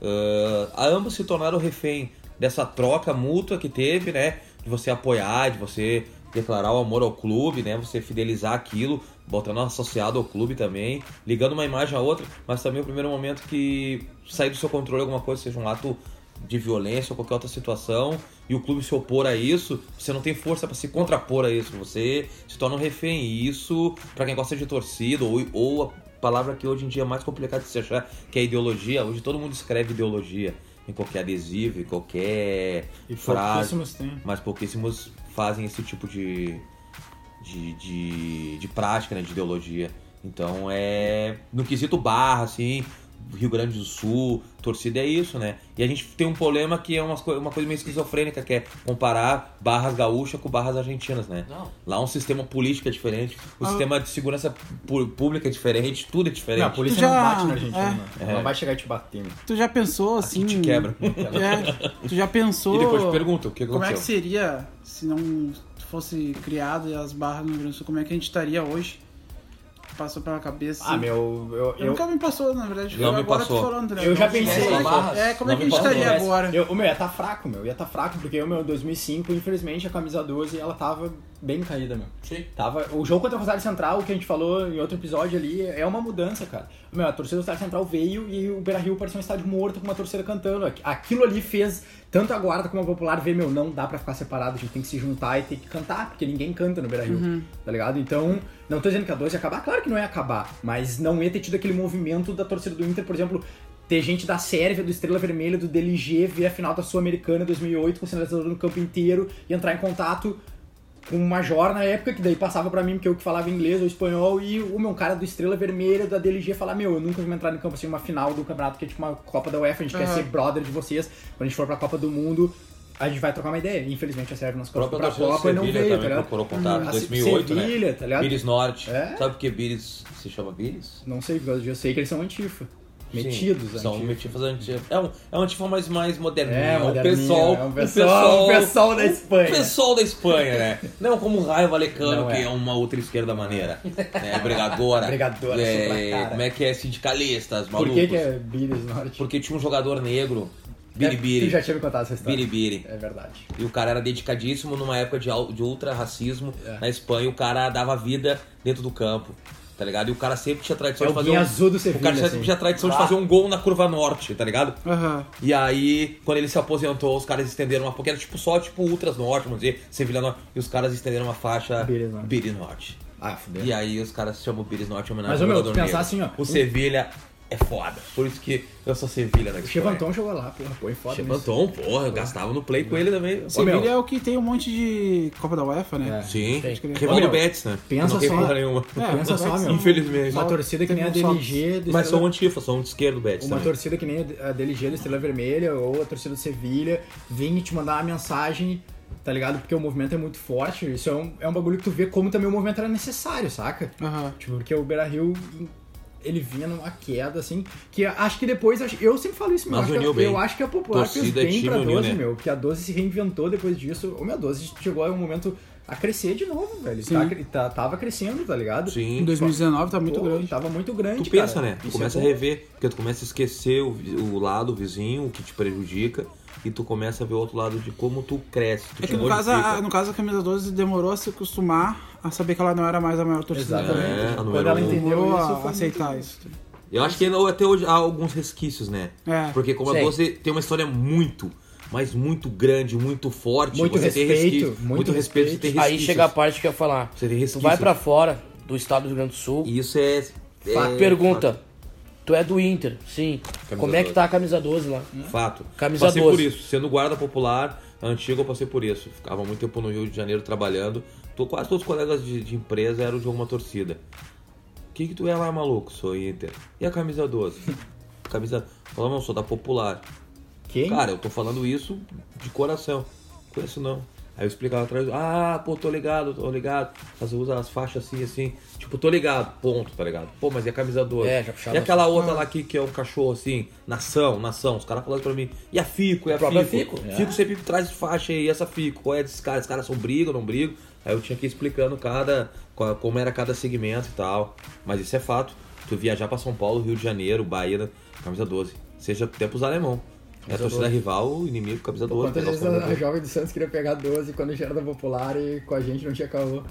Uh, ambos se tornaram refém dessa troca mútua que teve, né? De você apoiar, de você declarar o amor ao clube, né? Você fidelizar aquilo, botando associado ao clube também, ligando uma imagem a outra, mas também o primeiro momento que sair do seu controle alguma coisa, seja um ato de violência ou qualquer outra situação, e o clube se opor a isso, você não tem força para se contrapor a isso, você se torna um refém. E isso, para quem gosta de torcida, ou, ou a palavra que hoje em dia é mais complicada de se achar, que é ideologia. Hoje todo mundo escreve ideologia em qualquer adesivo, em qualquer e frase, pouquíssimos tem. mas pouquíssimos fazem esse tipo de, de, de, de prática, né, de ideologia. Então é no quesito barra, assim, Rio Grande do Sul, torcida é isso, né? E a gente tem um problema que é uma, uma coisa meio esquizofrênica, que é comparar barras gaúchas com barras argentinas, né? Não. Lá um sistema político é diferente, o Ah. sistema de segurança pública é diferente, tudo é diferente. Não, a polícia Tu já- não bate na Argentina, é. né? Ela não vai chegar e te bater, né? Tu já pensou assim... te quebra. É, tu já pensou... E depois te pergunta o que Como é que aconteceu. seria se não fosse criado as barras no Rio Grande do Sul? Como é que a gente estaria hoje? Passou pela cabeça. Ah, meu... Eu, Eu, eu, nunca me passou, na verdade. Não me agora passou. tu falando, né? Eu já Não, pensei. é, Barras. É, como Não é que a me gente estaria passou. agora? Eu, o meu ia tá fraco, meu. Ia tá fraco, porque o meu, em dois mil e cinco, infelizmente, a camisa doze, ela tava bem caída, meu. Sim. Tava, o jogo contra o Rosário Central, que a gente falou em outro episódio ali, é uma mudança, cara. Meu, a torcida do Rosário Central veio e o Beira-Rio parecia um estádio morto com uma torcida cantando. Aquilo ali fez tanto a Guarda como a Popular ver, meu, não dá pra ficar separado, a gente tem que se juntar e ter que cantar, porque ninguém canta no Beira-Rio, Uhum. tá ligado? Então, não tô dizendo que a doze ia acabar, claro que não ia acabar, mas não ia ter tido aquele movimento da torcida do Inter, por exemplo, ter gente da Sérvia, do Estrela Vermelha, do D L G, ver a final da Sul-Americana dois mil e oito com o sinalizador no campo inteiro e entrar em contato com o Major na época, que daí passava pra mim, porque eu que falava inglês ou espanhol, e o meu cara do Estrela Vermelha, da D L G, falar, meu, eu nunca vou entrar em campo assim, uma final do campeonato que é tipo uma Copa da UEFA, a gente Uhum. quer ser brother de vocês, quando a gente for pra Copa do Mundo, a gente vai trocar uma ideia. Infelizmente a Sérvia nos A colocou própria pra torcida Copa e não Sevilha veio, tá também ligado? procurou contato em A dois mil e oito, Sevilha, né? tá ligado? Bires Norte. É? Sabe por que Bires se chama Bires? Não sei, porque eu sei que eles são antifa. Metidos, Sim, são antigos. metidos antigos. É um, é um antifa mais, mais moderninho. É, é um moderninho, pessoal, é um pessoal- um pessoal da Espanha. O pessoal da Espanha, né? Não como o Raio Valecano, Não que é. é uma outra esquerda maneira. É, brigadora. Brigadora, é, sobracada. como é que é? Sindicalistas, Por malucos. que que é Billis Norte? Porque tinha um jogador negro, Tu Biribiri. já tinha me contado essa história. Biribiri. É verdade. E o cara era dedicadíssimo numa época de, al- de ultra-racismo É. na Espanha. O cara dava vida dentro do campo, tá ligado? E o cara sempre tinha tradição É de o fazer Guinha um... Azul do O Sevilha, cara sempre assim. tinha tradição de Ah. fazer um gol na curva norte, tá ligado? Aham. E aí, quando ele se aposentou, os caras estenderam uma... Porque era tipo só tipo Ultras Norte, vamos dizer, Sevilha Norte. E os caras estenderam uma faixa Biris Norte. Biris Norte. Ah, fudeu. E aí os caras chamam o Biris Norte em homenagem Mas, ao ô, meu, jogador tu pensar negro. assim, ó, O Sevilha é foda. Por isso que eu sou Sevilha na O Espanha. Chevanton jogou lá, porra. Pô, é foda nisso. Chevanton, porra, eu gastava no play com ele também. Ô, Sevilha meu. é o que tem um monte de Copa da UEFA, né? É. Sim, Pode crer. rival Ô, do meu, Betis, né? pensa não tem só. porra nenhuma. É, Pensa só, meu. Infelizmente. Uma torcida que nem a Teve D um L G... do Mas Estrela- são antifa, são de esquerda do Betis Uma também. torcida que nem a D L G da Estrela Vermelha ou a torcida do Sevilha vir e te mandar uma mensagem, tá ligado? Porque o movimento é muito forte. Isso é um, é um bagulho que tu vê como também o movimento era necessário, saca? Aham. Tipo, porque o Beira-Rio, ele vinha numa queda, assim, que acho que depois, eu sempre falo isso, meu, Mas acho que, uniu bem. eu acho que a Popular Torcida fez é bem time, pra uniu, doze, né? meu, porque a doze se reinventou depois disso. O meu, a doze chegou a um momento a crescer de novo, velho. Sim. Tá, cre- tá- tava crescendo, tá ligado? Sim. Em dois mil e dezenove tá muito Pô, grande. Tava muito grande, Tu pensa, cara. né? Tu Isso começa é a bom. rever, porque tu começa a esquecer o, vi- o lado, o vizinho, o que te prejudica, e tu começa a ver o outro lado de como tu cresce, tu É te que no caso, modifica. a, no caso a camisa doze demorou a se acostumar a saber que ela não era mais a maior torcida. Exatamente. É, a Quando número ela um. entendeu Demorou isso, a foi aceitar muito- isso. Eu acho que ainda até hoje há alguns resquícios, né? É. Porque como a Sei. doze tem uma história muito, mas muito grande, muito forte. Muito você tem respeito, resquício, muito muito respeito, você tem resquícios. Aí chega a parte que eu ia falar. Você tem Tu resquícios. vai pra fora do estado do Rio Grande do Sul, E isso é... é pergunta, tu é do Inter? Sim. Camisa Como é que doze. tá a camisa doze lá? Fato. Camisa passei doze. por isso. Sendo guarda popular, antigo, eu passei por isso. Ficava muito tempo no Rio de Janeiro trabalhando. Tô, quase todos os colegas de, de empresa eram de alguma torcida. O que que tu é lá, maluco? Sou Inter. E a camisa doze? Camisa... Falava, não, sou da Popular. Quem? Cara, eu tô falando isso de coração. Conheço não. Aí eu explicava atrás, ah, pô, tô ligado, tô ligado. Mas usa as faixas assim, assim. Tipo, tô ligado, ponto, tá ligado? Pô, mas e a camisa doze? É, já puxava E aquela outra lá que, que é um cachorro assim, nação, nação. Os caras falaram pra mim, e a Fico, e a, A própria Fico? Fico, é. Fico sempre traz faixa aí, e essa Fico, qual é desses caras? Os caras são brigam, não brigam? Aí eu tinha que ir explicando cada, qual- como era cada segmento e tal. Mas isso é fato. Tu viajar pra São Paulo, Rio de Janeiro, Bahia, camisa doze. Seja tempos alemão. É a torcida rival, inimigo, camisa doze. Quantas pegar vezes os camisa a, a doze. jovem do Santos queria pegar doze quando já era da Popular e com a gente não tinha caô?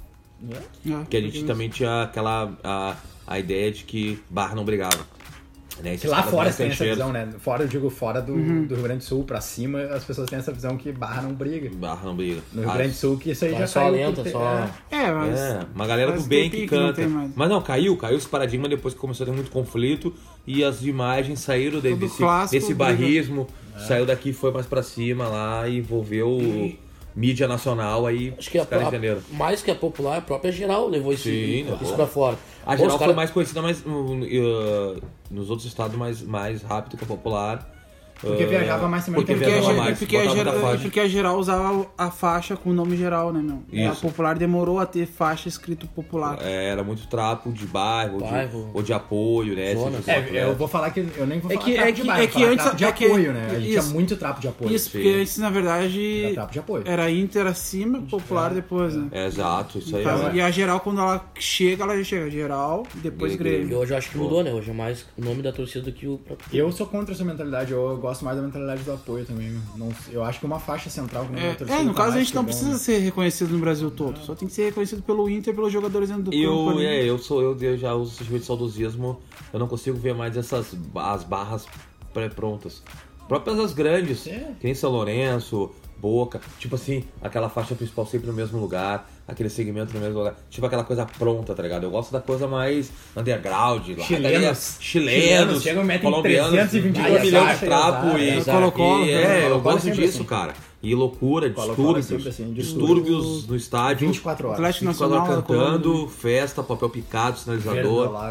É, Que a gente também tinha aquela a, a ideia de que Barra não brigava. Né? Esses Que lá caras fora mais tem essa cancheiros, visão, né? Fora, eu digo, fora do, do Rio Grande do Sul pra cima, as pessoas têm essa visão que Barra não briga. Barra não briga. No Rio Ah, Grande do Sul, que isso aí Só- já só caiu. lenta, por ter- só- é. É, mas. É, uma galera mas do bem tem que pique, não canta. tem mais. Mas não, caiu, caiu esse paradigma depois que começou a ter muito conflito e as imagens saíram de- Todo desse, clássico desse briga. barrismo, saiu daqui, foi mais pra cima lá e envolveu mídia nacional aí, Acho que a, os caras a- entenderam. mais que a popular, a própria geral levou isso, Sim, isso levou. pra fora. A Pô, geral os foi cara- mais conhecida mais, uh, uh, nos outros estados mais, mais rápido que a popular. Porque Uh, viajava mais também Porque no Porque, a, viajava viajava ge- mais, porque, a botava gera- muita faixa. porque a geral usava a faixa com o nome geral, né, meu? E a Isso. popular demorou a ter faixa escrito popular. É, era muito trapo de bairro, Bairro. De, ou de apoio, né? Zona. Tipo, É, eu vou falar que eu nem vou É falar que- trapo é de que- bairro, é vou que falar antes- trapo de é que- apoio, né? A gente tinha isso. muito trapo de apoio. Isso, sim. porque antes, na verdade, Era trapo de apoio. era Inter acima, popular depois, né? É, exato, isso aí Então, é. e a geral, quando ela chega, ela já chega geral, depois E- E Grêmio. hoje eu acho que mudou, né? Hoje é mais o nome da torcida do que o próprio. Eu sou contra essa mentalidade, eu, eu gosto mais da mentalidade do apoio também. Não, eu acho que uma faixa central com É, a torcida é, no tá caso a mais gente que não bom, precisa né? ser reconhecido no Brasil todo, só tem que ser reconhecido pelo Inter e pelos jogadores dentro do campo. Eu, ali. é, eu sou eu, eu já uso esse sentimento de saudosismo. Eu não consigo ver mais essas ba- as barras pré-prontas. Próprias as grandes, É. que nem São Lourenço, Boca, tipo assim, aquela faixa principal sempre no mesmo lugar, aquele segmento no mesmo lugar, tipo aquela coisa pronta, tá ligado? Eu gosto da coisa mais underground, lá, Chilenos. chilenos, Chilenos chegam e metem colombianos, trezentos e vinte e um dois milhão de faixas, trapo exato, e, exato. e- Colo-Colo, é, né? eu Colo-Colo gosto sempre disso, assim. cara. E loucura, Colo-Colo é distúrbios, sempre assim, distúrbios no estádio, vinte e quatro horas. Atlético vinte e quatro Nacional horas da Colômbia. cantando, festa, papel picado, Verde do sinalizador. Lago.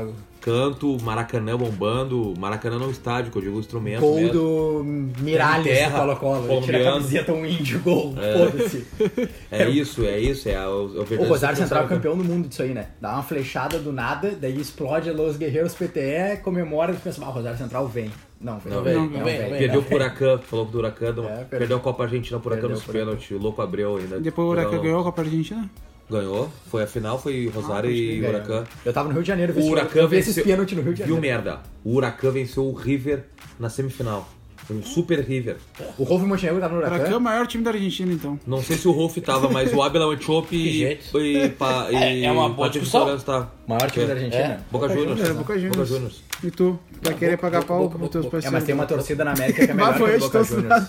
canto, Maracanã bombando, Maracanã não é um estádio, que eu digo o instrumento Gol mesmo. do Miralles Terra, do Colo-Colo. Ele tira a colombiano. camiseta, um índio, gol. É. Foda-se. É isso, é isso, é o, o, O Rosário Central é campeão do mundo disso aí, né? Dá uma flechada do nada, daí explode Los Guerreiros P T E, comemora e pensa, ah, o Rosário Central vem. Não, vem. Não vem, não vem, não Perdeu pro Huracan, falou do Huracan, não- É, perdeu. perdeu a Copa Argentina pro Huracan Perdeu nos pro Huracan. pênaltis, o louco Abreu ainda. Depois o Huracan Não, ganhou a Copa Argentina? Ganhou, foi a final, foi Rosário Ah, e ganhou. Huracan. Eu tava no Rio de Janeiro, O Huracan eu vi esses venceu. pênaltis no Rio de Viu Janeiro. merda? O Huracan venceu o River na semifinal. Foi um super River. O Rolf Montenegro tava no Huracan é o Huracan. maior time da Argentina, então. Não sei se o Rolf tava, mas o Abel Antiope Que e, jeito. e, pa- e É- é uma boa Patrick discussão. Torres tá. Maior time É. da Argentina. É. Boca Juniors. É, Boca Juniors. Juniors. E tu? Vai Não, querer Boca- pagar pau Boca- pros teus Boca- É, parceiros? mas tem uma torcida na América que é melhor Bah, que foi o esse Boca teu Juniors.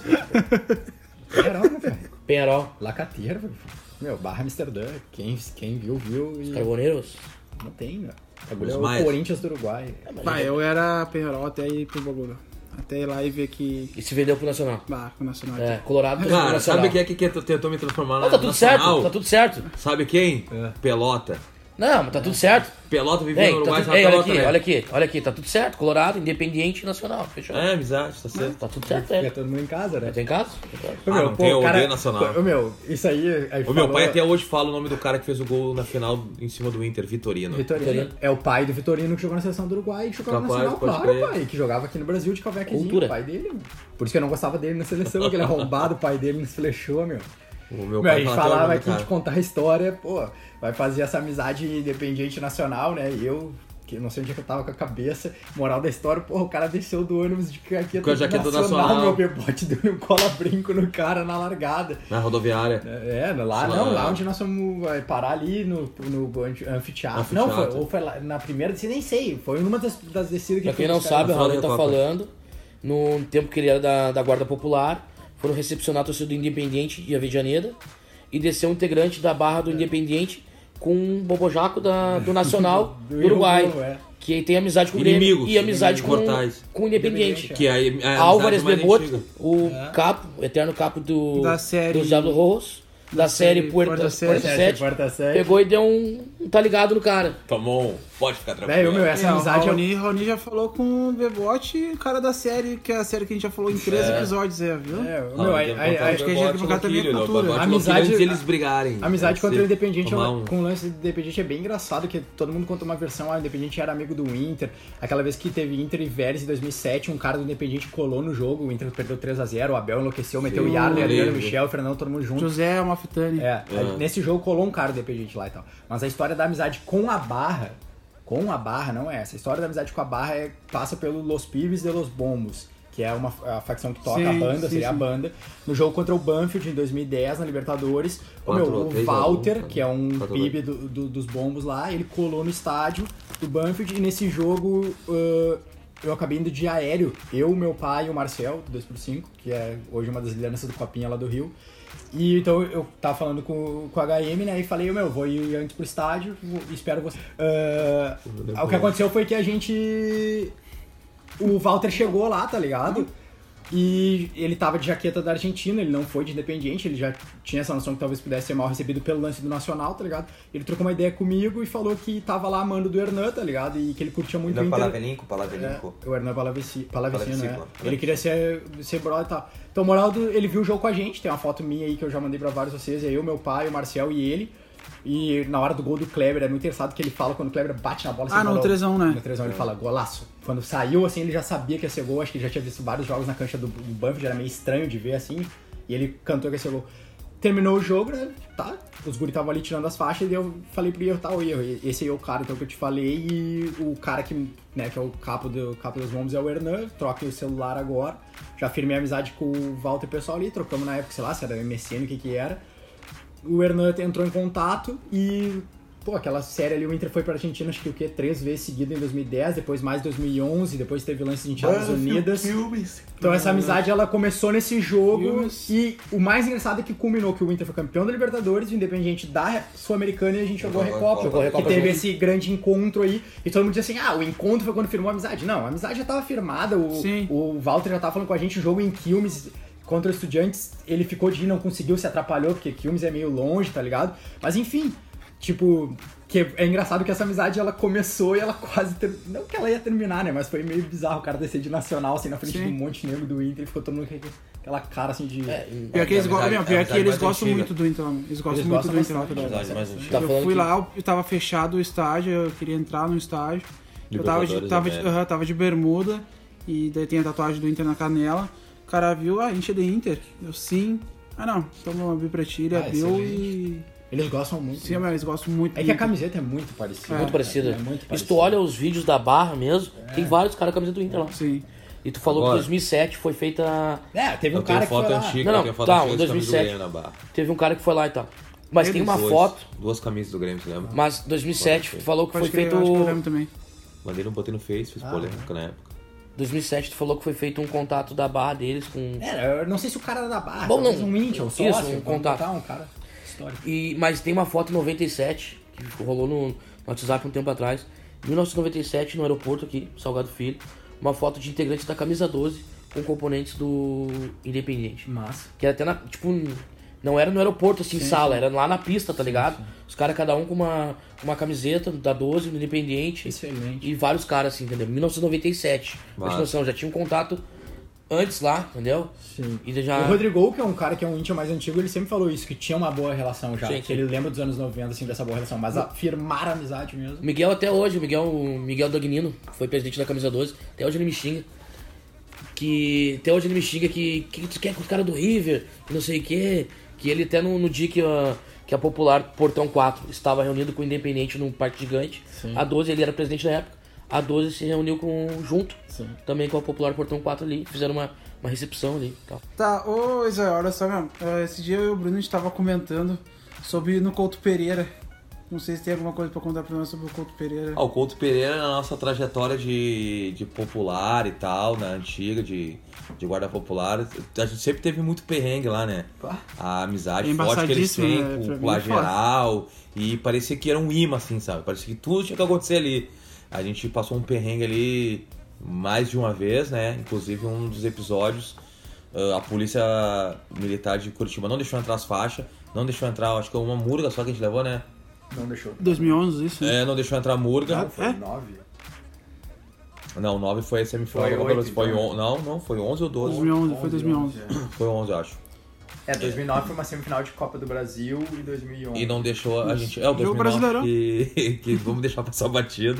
Caramba, cara. Penharol, Lacateiro, velho. Meu, Barra Amsterdã. Quem, quem viu, viu. E... Carboneiros. Não tem, meu. O bagulho é Os o mais. Corinthians do Uruguai. Bah, eu era Penharol até ir pro bagulho. Até ir lá e ver que... E se vendeu pro Nacional. Bah, com o Nacional. É, Colorado torceu pro Cara, Nacional. sabe quem é que que tentou me transformar Não, na tá tudo nacional? certo, tá tudo certo. Sabe quem? É. Pelota. Não, mas tá tudo certo. Pelota vivia Ei, no tá Uruguai, tudo... sabe Ei, olha Pelota, aqui, né? olha aqui, olha aqui, tá tudo certo. Colorado, Independiente e Nacional. Fechou. É, amizade, tá certo. Tá tudo certo, Fica é. todo mundo em casa, né? Tá em casa? Ô, Ah, não tem, eu odeio Nacional. Ô, meu, isso aí... aí O meu falou- pai até hoje fala o nome do cara que fez o gol na final em cima do Inter, Vitorino. Vitorino. Vitorino. É o pai do Vitorino que jogou na seleção do Uruguai e que jogava no Capaz, Nacional, pode claro, crer. pai. Que jogava aqui no Brasil de cavequezinho, Cultura. o pai dele. Meu. Por isso que eu não gostava dele na seleção, aquele arrombado, o pai dele nos flechou, meu. O meu Meu, a pai gente fala até o falava nome do aqui cara. de contar a história, pô, vai fazer essa amizade independente nacional, né? E eu, que não sei onde é que eu tava com a cabeça, moral da história, porra, o cara desceu do ônibus de jaqueta, Com a jaqueta nacional. meu bebote deu um cola-brinco no cara na largada. Na rodoviária. É, lá Lá- não, lá onde nós fomos vai, parar ali no, no anfiteatro. Anfiteatro. Não, foi, ou foi lá, na primeira descida, nem sei, foi numa das, das descidas que Pra quem foi não buscar. sabe, o Fala Raul aí, tá Copa. falando, no tempo que ele era da, da Guarda Popular, foram recepcionar a torcida do Independiente de Avejaneda e desceu um integrante da barra do Independiente com um bobojaco da, do Nacional Do do Uruguai, Uruguai, é. que tem amizade com o Grêmio Inimigos, e amizade com, mortais. com o Independiente. Que é a, a Álvares amizade mais Beboto, antiga. o É. capo, o eterno capo do, Da série- dos Diablos Rojos, da, série série Puerta, Quarta Série. Puerta Sete, Sete, quarta série. pegou e deu um, um tá ligado no cara. Tomou um. Pode ficar tranquilo. Velho, meu, essa É, amizade o é... Raoni, Raoni já falou com o Bebote, o cara da série, que é a série que a gente já falou em três É. episódios, é, viu? É, Ah, meu, tem aí- que aí- botar aí- acho que a o gente vai Bebote colocar no também Quilho, cultura. o Bebote no Amizade- Quilho antes deles brigarem. Amizade Antes contra o de Independiente, tomar um. com o lance do Independiente é bem engraçado, que todo mundo conta uma versão, ah, o Independiente era amigo do Inter, aquela vez que teve Inter e Vélez em dois mil e sete, um cara do Independiente colou no jogo, o Inter perdeu três a zero, o Abel enlouqueceu, meteu o Yarley, lembro. Adriano, Michel, o Fernando, todo mundo junto. José Amalfitani. É, É. nesse jogo colou um cara do Independiente lá e tal. Mas a história da amizade com a Barra, com a Barra não é essa. A história da amizade com a Barra é, passa pelo Los Pibes de los Bombos, que é uma a facção que toca Sim, a banda, sim, seria a sim. banda. No jogo contra o Banfield em dois mil e dez, na Libertadores, o, Quatro, meu, o três a um, Walter, que é um quatro a Pibe do, do- dos Bombos lá, ele colou no estádio do Banfield e nesse jogo uh, eu acabei indo de aéreo. Eu, meu pai e o Marcel, do dois por cinco, que é hoje uma das lideranças do Copinha lá do Rio. E então eu tava falando com, com o H M, né? E falei, meu, vou ir antes pro estádio, vou- espero você. Ah, o que aconteceu foi que a gente. O Walter chegou lá, tá ligado? E ele tava de jaqueta da Argentina, ele não foi de Independiente, ele já tinha essa noção que talvez pudesse ser mal recebido pelo lance do Nacional, tá ligado? Ele trocou uma ideia comigo e falou que tava lá amando do Hernan, tá ligado? E que ele curtia muito Não o é Inter. Palavelinco, É, Palavelinco. o Hernan Palaveci, Palavecino, né? Palavecino, Ele queria ser, ser brother e tal. Então, moral, do, ele viu o jogo com a gente, tem uma foto minha aí que eu já mandei pra vários de vocês, é eu, meu pai, o Marcel e ele. E na hora do gol do Kleber, é muito interessado que ele fala quando o Kleber bate na bola. Ah, você no fala, três a um, né? No três a um ele fala, golaço. Quando saiu, assim, ele já sabia que ia ser gol, acho que ele já tinha visto vários jogos na cancha do, do Banfield, era meio estranho de ver, assim, e ele cantou que ia ser gol. Terminou o jogo, né, tá, os guri estavam ali tirando as faixas, e eu falei pro Ian, tá, ô Ian, esse aí é o cara então, que eu te falei, e o cara que, né, que é o capo, do, capo dos bombos é o Hernan, troquei o celular agora, já firmei amizade com o Walter e o pessoal ali, trocamos na época, sei lá, se era M S N, o que que era. O Hernan entrou em contato e, pô, aquela série ali, o Inter foi pra Argentina, acho que o quê? Três vezes seguida em dois mil e dez, depois mais dois mil e onze, depois teve lance de Estados Unidas. Então essa amizade, ela começou nesse jogo Filmes. e o mais engraçado é que culminou que o Inter foi campeão da Libertadores, o Independiente da Sul-Americana e a gente jogou a Recopa. Jogou a E Recopa teve junto. esse grande encontro aí e todo mundo dizia assim, ah, o encontro foi quando firmou a amizade. Não, a amizade já tava firmada, o, Sim. o Walter já tava falando com a gente, o jogo em Quilmes contra os Estudiantes, ele ficou de ir, não conseguiu, se atrapalhou, porque Quilmes é meio longe, tá ligado? Mas enfim, tipo, que é engraçado que essa amizade ela começou e ela quase. Ter... Não que ela ia terminar, né? Mas foi meio bizarro o cara descer de Nacional, assim, na frente Sim. de um monte de negro do Inter e ficou todo mundo com aquela cara assim de. É, Pior que eles, go... amizade- Meu, pior amizade que eles mais gostam antiga. muito do Inter, mano. Eles gostam Eles muito gostam do Inter. bastante, lá, Amizade mais antiga. Tá eu falando fui que- lá, eu tava fechado o estádio, eu queria entrar no estádio. Eu tava de, Libertadores tava, da de, América. aham, tava de bermuda e daí tem a tatuagem do Inter na canela. O cara viu, ah, a gente é de Inter. Eu sim. Ah não, então vamos abrir pra ti. Ele Ah, abriu excelente. e. Eles gostam muito. Sim, mas eles gostam muito. É do que a Inter. camiseta é muito parecida. Muito parecida. É muito E se parecida. tu olha os vídeos da Barra mesmo, tem vários caras com a camisa do Inter lá. Sim. E tu falou Agora- que em dois mil e sete foi feita... É, teve um Eu tenho cara que foto foi lá. antiga, Não, não, eu tenho foto tá, antiga o de dois mil e camisa do sete. Grêmio na barra. Teve um cara que foi lá e tal. Mas tem uma Dois- foto, Duas camisas do Grêmio, você lembra? mas dois mil e sete tu falou que Pode foi crer, feito... eu acho que eu lembro também. Mandei no botei no Face, fiz Ah, polêmica na época. dois mil e sete tu falou que foi feito um contato da Barra deles com... É, eu não sei se o cara era da barra. Bom, talvez não. um Inter, um Isso, sócio. um vamos contato. botar um cara histórico. E, mas tem uma foto em noventa e sete, que rolou no, no WhatsApp um tempo atrás. Em mil novecentos e noventa e sete, no aeroporto aqui, Salgado Filho, uma foto de integrantes da camisa doze com componentes do Independiente. Massa. Que era até na, tipo, não era no aeroporto assim, sala, era lá na pista, tá ligado? Os caras cada um com uma, uma camiseta da doze, do Independiente. Excelente. E vários caras assim, entendeu? mil novecentos e noventa e sete. Pra Massa. ter noção, já tinha um contato antes lá, entendeu? Sim. E já... O Rodrigo, que é um cara que é um Inter mais antigo, ele sempre falou isso, que tinha uma boa relação já. Sim, que sim. ele lembra dos anos noventa, assim, dessa boa relação. Mas afirmar a amizade mesmo. O Miguel até hoje, o Miguel, o Miguel Dognino, que foi presidente da camisa doze, até hoje ele me xinga. Que até hoje ele me xinga que que tu quer com os caras do River, que não sei o que. Que ele até no, no dia que a, que a Popular Portão quatro estava reunido com o Independente no Parque Gigante, Sim. a doze, ele era presidente na época, a doze se reuniu com, junto Sim. também com a Popular Portão quatro ali, fizeram uma, uma recepção ali e tal. Tá, ô Zé, olha só, meu. eh, Esse dia eu e o Bruno a gente tava comentando sobre ir no Couto Pereira. Não sei se tem alguma coisa pra contar pra nós sobre o Couto Pereira. Ah, o Couto Pereira, na nossa trajetória de, de popular e tal, na antiga, de, de guarda popular, a gente sempre teve muito perrengue lá, né? Pá. A amizade É forte que eles embaçadíssimo, têm né? Pra com, mim com a é foda. geral, e parecia que era um imã, assim, sabe? Parecia que tudo tinha que acontecer ali. A gente passou um perrengue ali mais de uma vez, né? Inclusive um dos episódios, uh, a polícia militar de Curitiba não deixou entrar as faixas, não deixou entrar, acho que uma murga só que a gente levou, né? Não deixou. dois mil e onze, isso? né? É, não deixou entrar murga. Não, foi É? nove. Não, nove foi a semifinal Foi da Copa do oito, Brasil. Foi então. on... Não, não, foi onze ou doze. dois mil e onze, foi dois mil e onze. Foi onze, eu acho. É, dois mil e nove foi uma semifinal de Copa do Brasil e dois mil e onze. E não deixou a gente... É, o Jogo dois mil e nove Brasileirão. que... que vamos deixar passar batido.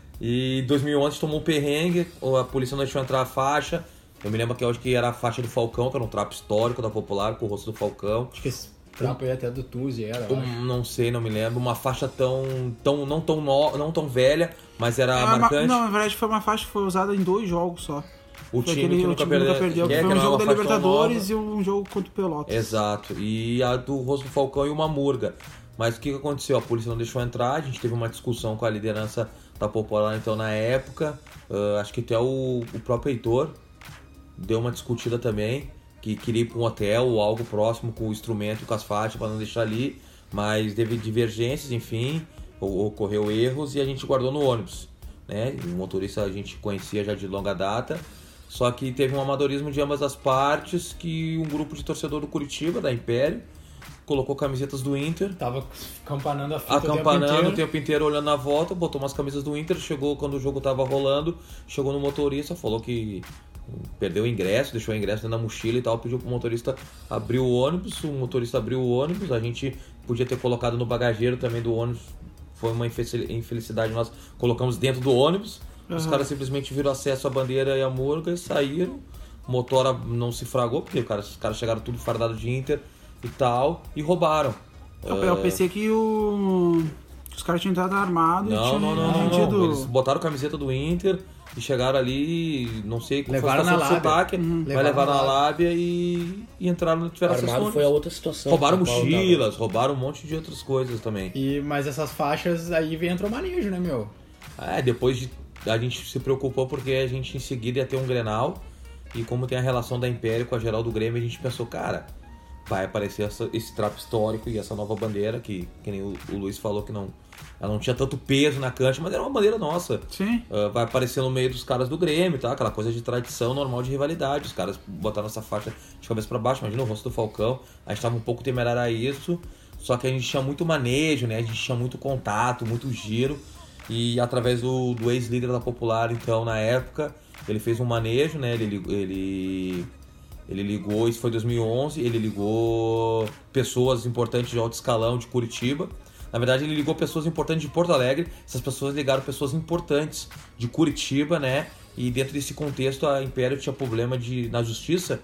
E em dois mil e onze tomou um perrengue, a polícia não deixou entrar a faixa. Eu me lembro que eu acho que era a faixa do Falcão, que era um trapo histórico da Popular, com o rosto do Falcão. Acho que esse trapo aí até do Tuzi era, eu acho. Um, não sei, não me lembro. Uma faixa tão, tão não, tão no, não tão velha, mas era É uma- marcante. Não, na verdade foi uma faixa que foi usada em dois jogos só. O Foi time aquele- que o nunca time perdeu. perdeu, que é, foi que um não é jogo uma da faixa tão Libertadores nova. e um jogo contra o Pelotas. Exato. E a do rosto do Falcão e uma murga. Mas o que que aconteceu? A polícia não deixou entrar, a gente teve uma discussão com a liderança da Popular então na época. Uh, acho que até o, o próprio Heitor deu uma discutida também, que queria ir para um hotel ou algo próximo com o instrumento e com as faixas para não deixar ali. Mas teve divergências, enfim, o- ocorreu erros e a gente guardou no ônibus. Né? O motorista a gente conhecia já de longa data. Só que teve um amadorismo de ambas as partes, que um grupo de torcedor do Curitiba, da Império, colocou camisetas do Inter, Tava campanando a fita acampanando o tempo o inteiro. tempo inteiro, olhando na volta, botou umas camisas do Inter, chegou quando o jogo tava rolando, chegou no motorista, falou que perdeu o ingresso, deixou o ingresso dentro da mochila e tal, pediu pro motorista abrir o ônibus, o motorista abriu o ônibus, a gente podia ter colocado no bagageiro também do ônibus, foi uma infelici- infelicidade, nós colocamos dentro do ônibus, os Uhum. caras simplesmente viram acesso à bandeira e à murga e saíram, o motor não se fragou, porque o cara- os caras chegaram tudo fardado de Inter e tal, e roubaram. Eu, eu pensei que o... que os caras tinham entrado armados e Não, tinham não, não, não, tido... não. Eles botaram camiseta do Inter e chegaram ali, não sei qual foi a Levaram na situação do lábia. sotaque, Uhum. mas Levaram levaram na na lábia e, e entraram, tiveram acesso Armado ao foi a ônibus. outra situação. Roubaram na qual eu mochilas, roubaram um monte de outras coisas também. E, mas essas faixas aí vem entrou manejo, né, meu? É, depois de, a gente se preocupava porque a gente em seguida ia ter um Grenal e como tem a relação da Império com a geral do Grêmio, a gente pensou, cara, vai aparecer essa- esse trapo histórico e essa nova bandeira que, que nem o, o Luiz falou que não, ela não tinha tanto peso na cancha, mas era uma bandeira nossa. Sim. Uh, vai aparecer no meio dos caras do Grêmio, tá? Aquela coisa de tradição normal de rivalidade. Os caras botaram essa faixa de cabeça pra baixo, imagina o rosto do Falcão. A gente tava um pouco temerário a isso. só que a gente tinha muito manejo, né? A gente tinha muito contato, muito giro. E através do, do ex-líder da Popular, então, na época, ele fez um manejo, né? Ele, ele, ele ligou, isso foi em dois mil e onze, ele ligou pessoas importantes de alto escalão de Curitiba. Na verdade, ele ligou pessoas importantes de Porto Alegre, essas pessoas ligaram pessoas importantes de Curitiba, né? E dentro desse contexto, a Império tinha problema de, na justiça,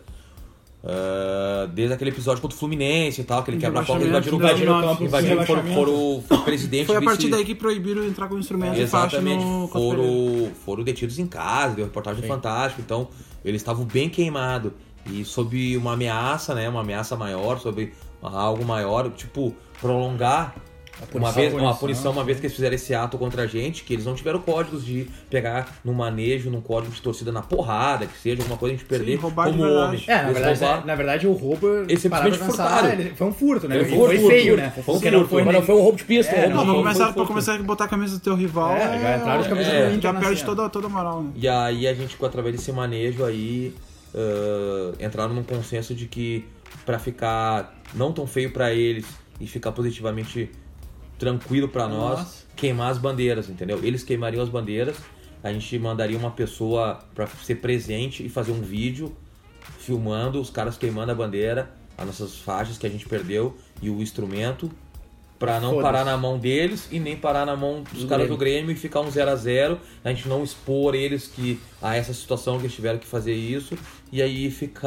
uh, desde aquele episódio contra o Fluminense e tal, que ele quebra a copa, invadiram o campo, invadiram, foram, foram, foram presidente... Foi a partir vice... daí que proibiram entrar com instrumento de faixa no... foram, foram detidos em casa, deu reportagem fantástica, então eles estavam bem queimados. E sob uma ameaça, né, uma ameaça maior, sobre algo maior, tipo, prolongar... Uma vez, uma punição, uma vez que eles fizeram esse ato contra a gente, que eles não tiveram códigos de pegar no manejo, num código de torcida na porrada, que seja alguma coisa a gente perder. Sim, roubar como homem. É, na verdade, é, na verdade o roubo... Eles simplesmente furtaram. Ele, foi um furto, né? Ele Ele foi foi, furto, feio, furto, né? foi um Porque furto, não foi Mas não foi um roubo de pista. É, um Não, roubo pra de- começar, foi- pra começar a botar a camisa do teu rival, É, já entraram de camisa É, do Inter já na perde cena. toda, toda a moral, né? E aí a gente, através desse manejo aí, uh, entraram num consenso de que pra ficar não tão feio pra eles e ficar positivamente tranquilo pra nós, Nossa. queimar as bandeiras, entendeu? Eles queimariam as bandeiras, a gente mandaria uma pessoa pra ser presente e fazer um vídeo filmando os caras queimando a bandeira, as nossas faixas que a gente perdeu e o instrumento, pra não Foda-se. parar na mão deles e nem parar na mão dos Do caras Grêmio. do Grêmio e ficar um zero a zero, a gente não expor eles que a essa situação que eles tiveram que fazer isso, e aí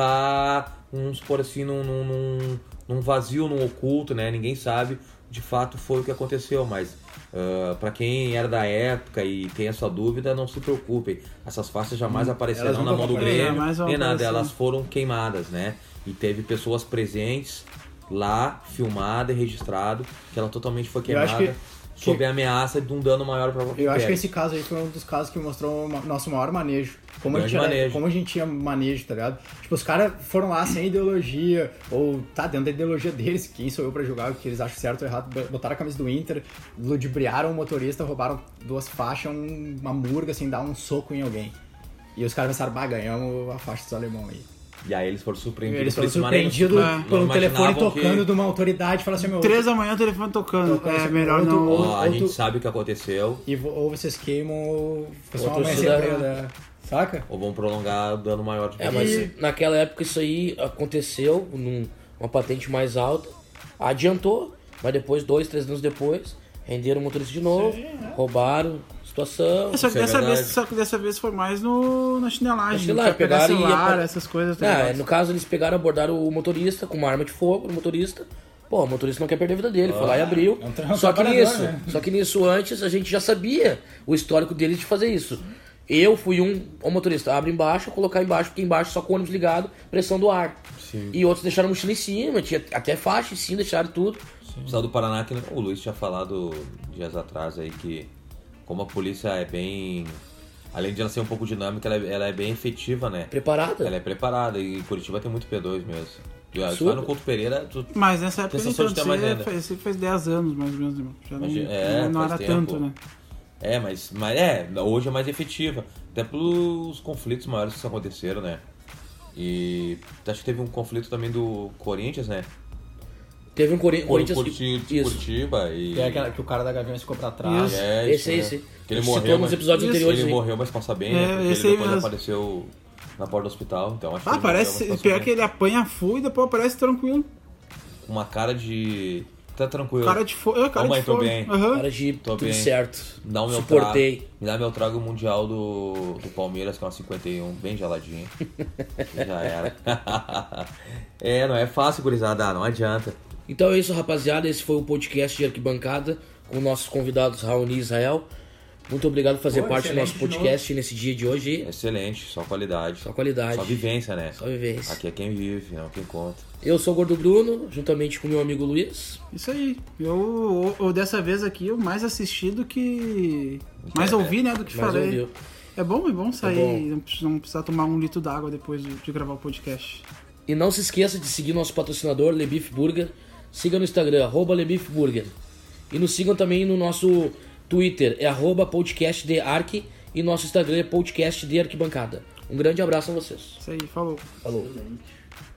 ficar, vamos supor assim, num, num, num, num vazio, num oculto, né? Ninguém sabe, de fato foi o que aconteceu, mas uh, para quem era da época e tem essa dúvida, não se preocupem, essas faixas jamais aparecerão elas na nunca mão do vão aparecer, Grêmio, jamais vão nem nada, aparecer. elas foram queimadas, né? E teve pessoas presentes lá, filmada e registrado, que ela totalmente foi Eu acho queimada que- sob a ameaça de um dano maior para Eu acho que esse caso aí foi um dos casos que mostrou o nosso maior manejo. Como a, Grande gente era- manejo. como a gente tinha manejo, tá ligado? Tipo, os caras foram lá sem ideologia, ou tá dentro da ideologia deles, quem sou eu pra julgar o que eles acham certo ou errado, botaram a camisa do Inter, ludibriaram o motorista, roubaram duas faixas, um- uma murga, sem dar um soco em alguém. E os caras pensaram, bah, ganhamos a faixa dos alemão aí. E aí eles foram surpreendidos Eles por foram esse manejo. surpreendidos É. pelo Não telefone imaginavam tocando que- de uma autoridade, falaram assim, meu... Três da manhã o telefone tocando. Tocando, É assim, melhor ou tu- não. Ó, a ou gente tu- sabe o que aconteceu, E vo- ou vocês queimam, ou fica só Ou a uma torcida- presa, saca? ou vão prolongar o dano maior de É, prejuízo. mas naquela época isso aí aconteceu num- uma patente mais alta, adiantou, mas depois, dois, três anos depois, renderam o motorista de novo, roubaram, situação. Só que, Isso é dessa vez, verdade. só que dessa vez foi mais no, na chinelagem. Na chinelagem, Pra pegar pegaram e ia celular, pra- essas coisas. tá Ah, ligado? no caso eles pegaram, abordaram o motorista com uma arma de fogo, o motorista. Pô, o motorista não quer perder a vida dele, foi lá e abriu. é um tra- um só que trabalhador, nisso, né? só que nisso antes a gente já sabia o histórico dele de fazer isso. Eu fui um, um motorista, abre embaixo, colocar embaixo, porque embaixo só com o ônibus ligado, pressão do ar. Sim. E outros deixaram a mochila em cima, tinha até faixa em cima, deixaram tudo. Saiu do Paraná, que o Luiz tinha falado dias atrás aí que como a polícia é bem... Além de ela ser um pouco dinâmica, ela é, ela é bem efetiva, né? Preparada. Ela é preparada e Curitiba tem muito P dois mesmo. E ó, tu Super. vai no Couto Pereira, tu... Mas nessa época nem Sensação de tanto, ter mais isso aí ainda. faz, isso faz dez anos mais ou menos, irmão. Já não, Mas, é, não faz era tempo. tanto, né? É, mas, mas é, hoje é mais efetiva. Até pelos conflitos maiores que aconteceram, né? E acho que teve um conflito também do Corinthians, né? Teve um Cori- Corinthians. Curitiba, Isso. Curitiba e... Que é aquela que o cara da Gaviões ficou pra trás. Isso. É, Esse aí, né? esse aí. Que ele Citou morreu, nos mas... episódios Isso. anteriores. Ele aí. morreu, mas passa bem, É, né? Porque esse ele aí depois mesmo. apareceu na porta do hospital, então acho que Ah, ele parece. morreu, mas Pior passou que ele apanha full e depois aparece tranquilo. bem. Com uma cara de... Tá tranquilo. Cara de fogo. Cara Calma de aí, tô fogo. bem. Aham. Cara de Tô tudo bem. certo. Me dá o meu Suportei. trago, me dá meu trago mundial do, do Palmeiras, que é uma cinquenta e um, bem geladinho. Já era. É, não é fácil, gurizada, não adianta. Então é isso, rapaziada. Esse foi o podcast de Arquibancada com nossos convidados Raoni e Israel. Muito obrigado por fazer Pô, parte do nosso excelente de podcast nesse dia de hoje. Excelente, só qualidade. Só qualidade. Só vivência, né? Só vivência. Aqui é quem vive, não quem conta. Eu sou o Gordo Bruno, juntamente com meu amigo Luiz. Isso aí. Eu, eu, dessa vez aqui, eu mais assisti do que. Mais É, ouvi, né? Do que Mas falei. ouviu. É bom, é bom sair. bom. Não, precisa, não precisar tomar um litro d'água depois de, de gravar o podcast. E não se esqueça de seguir nosso patrocinador, Le Beef Burger. Siga no Instagram, arroba Le Beef Burger. E nos sigam também no nosso Twitter, é arroba podcast de Arqui. E nosso Instagram é podcast de Arquibancada. Um grande abraço a vocês. Isso aí, falou. Falou. Excelente.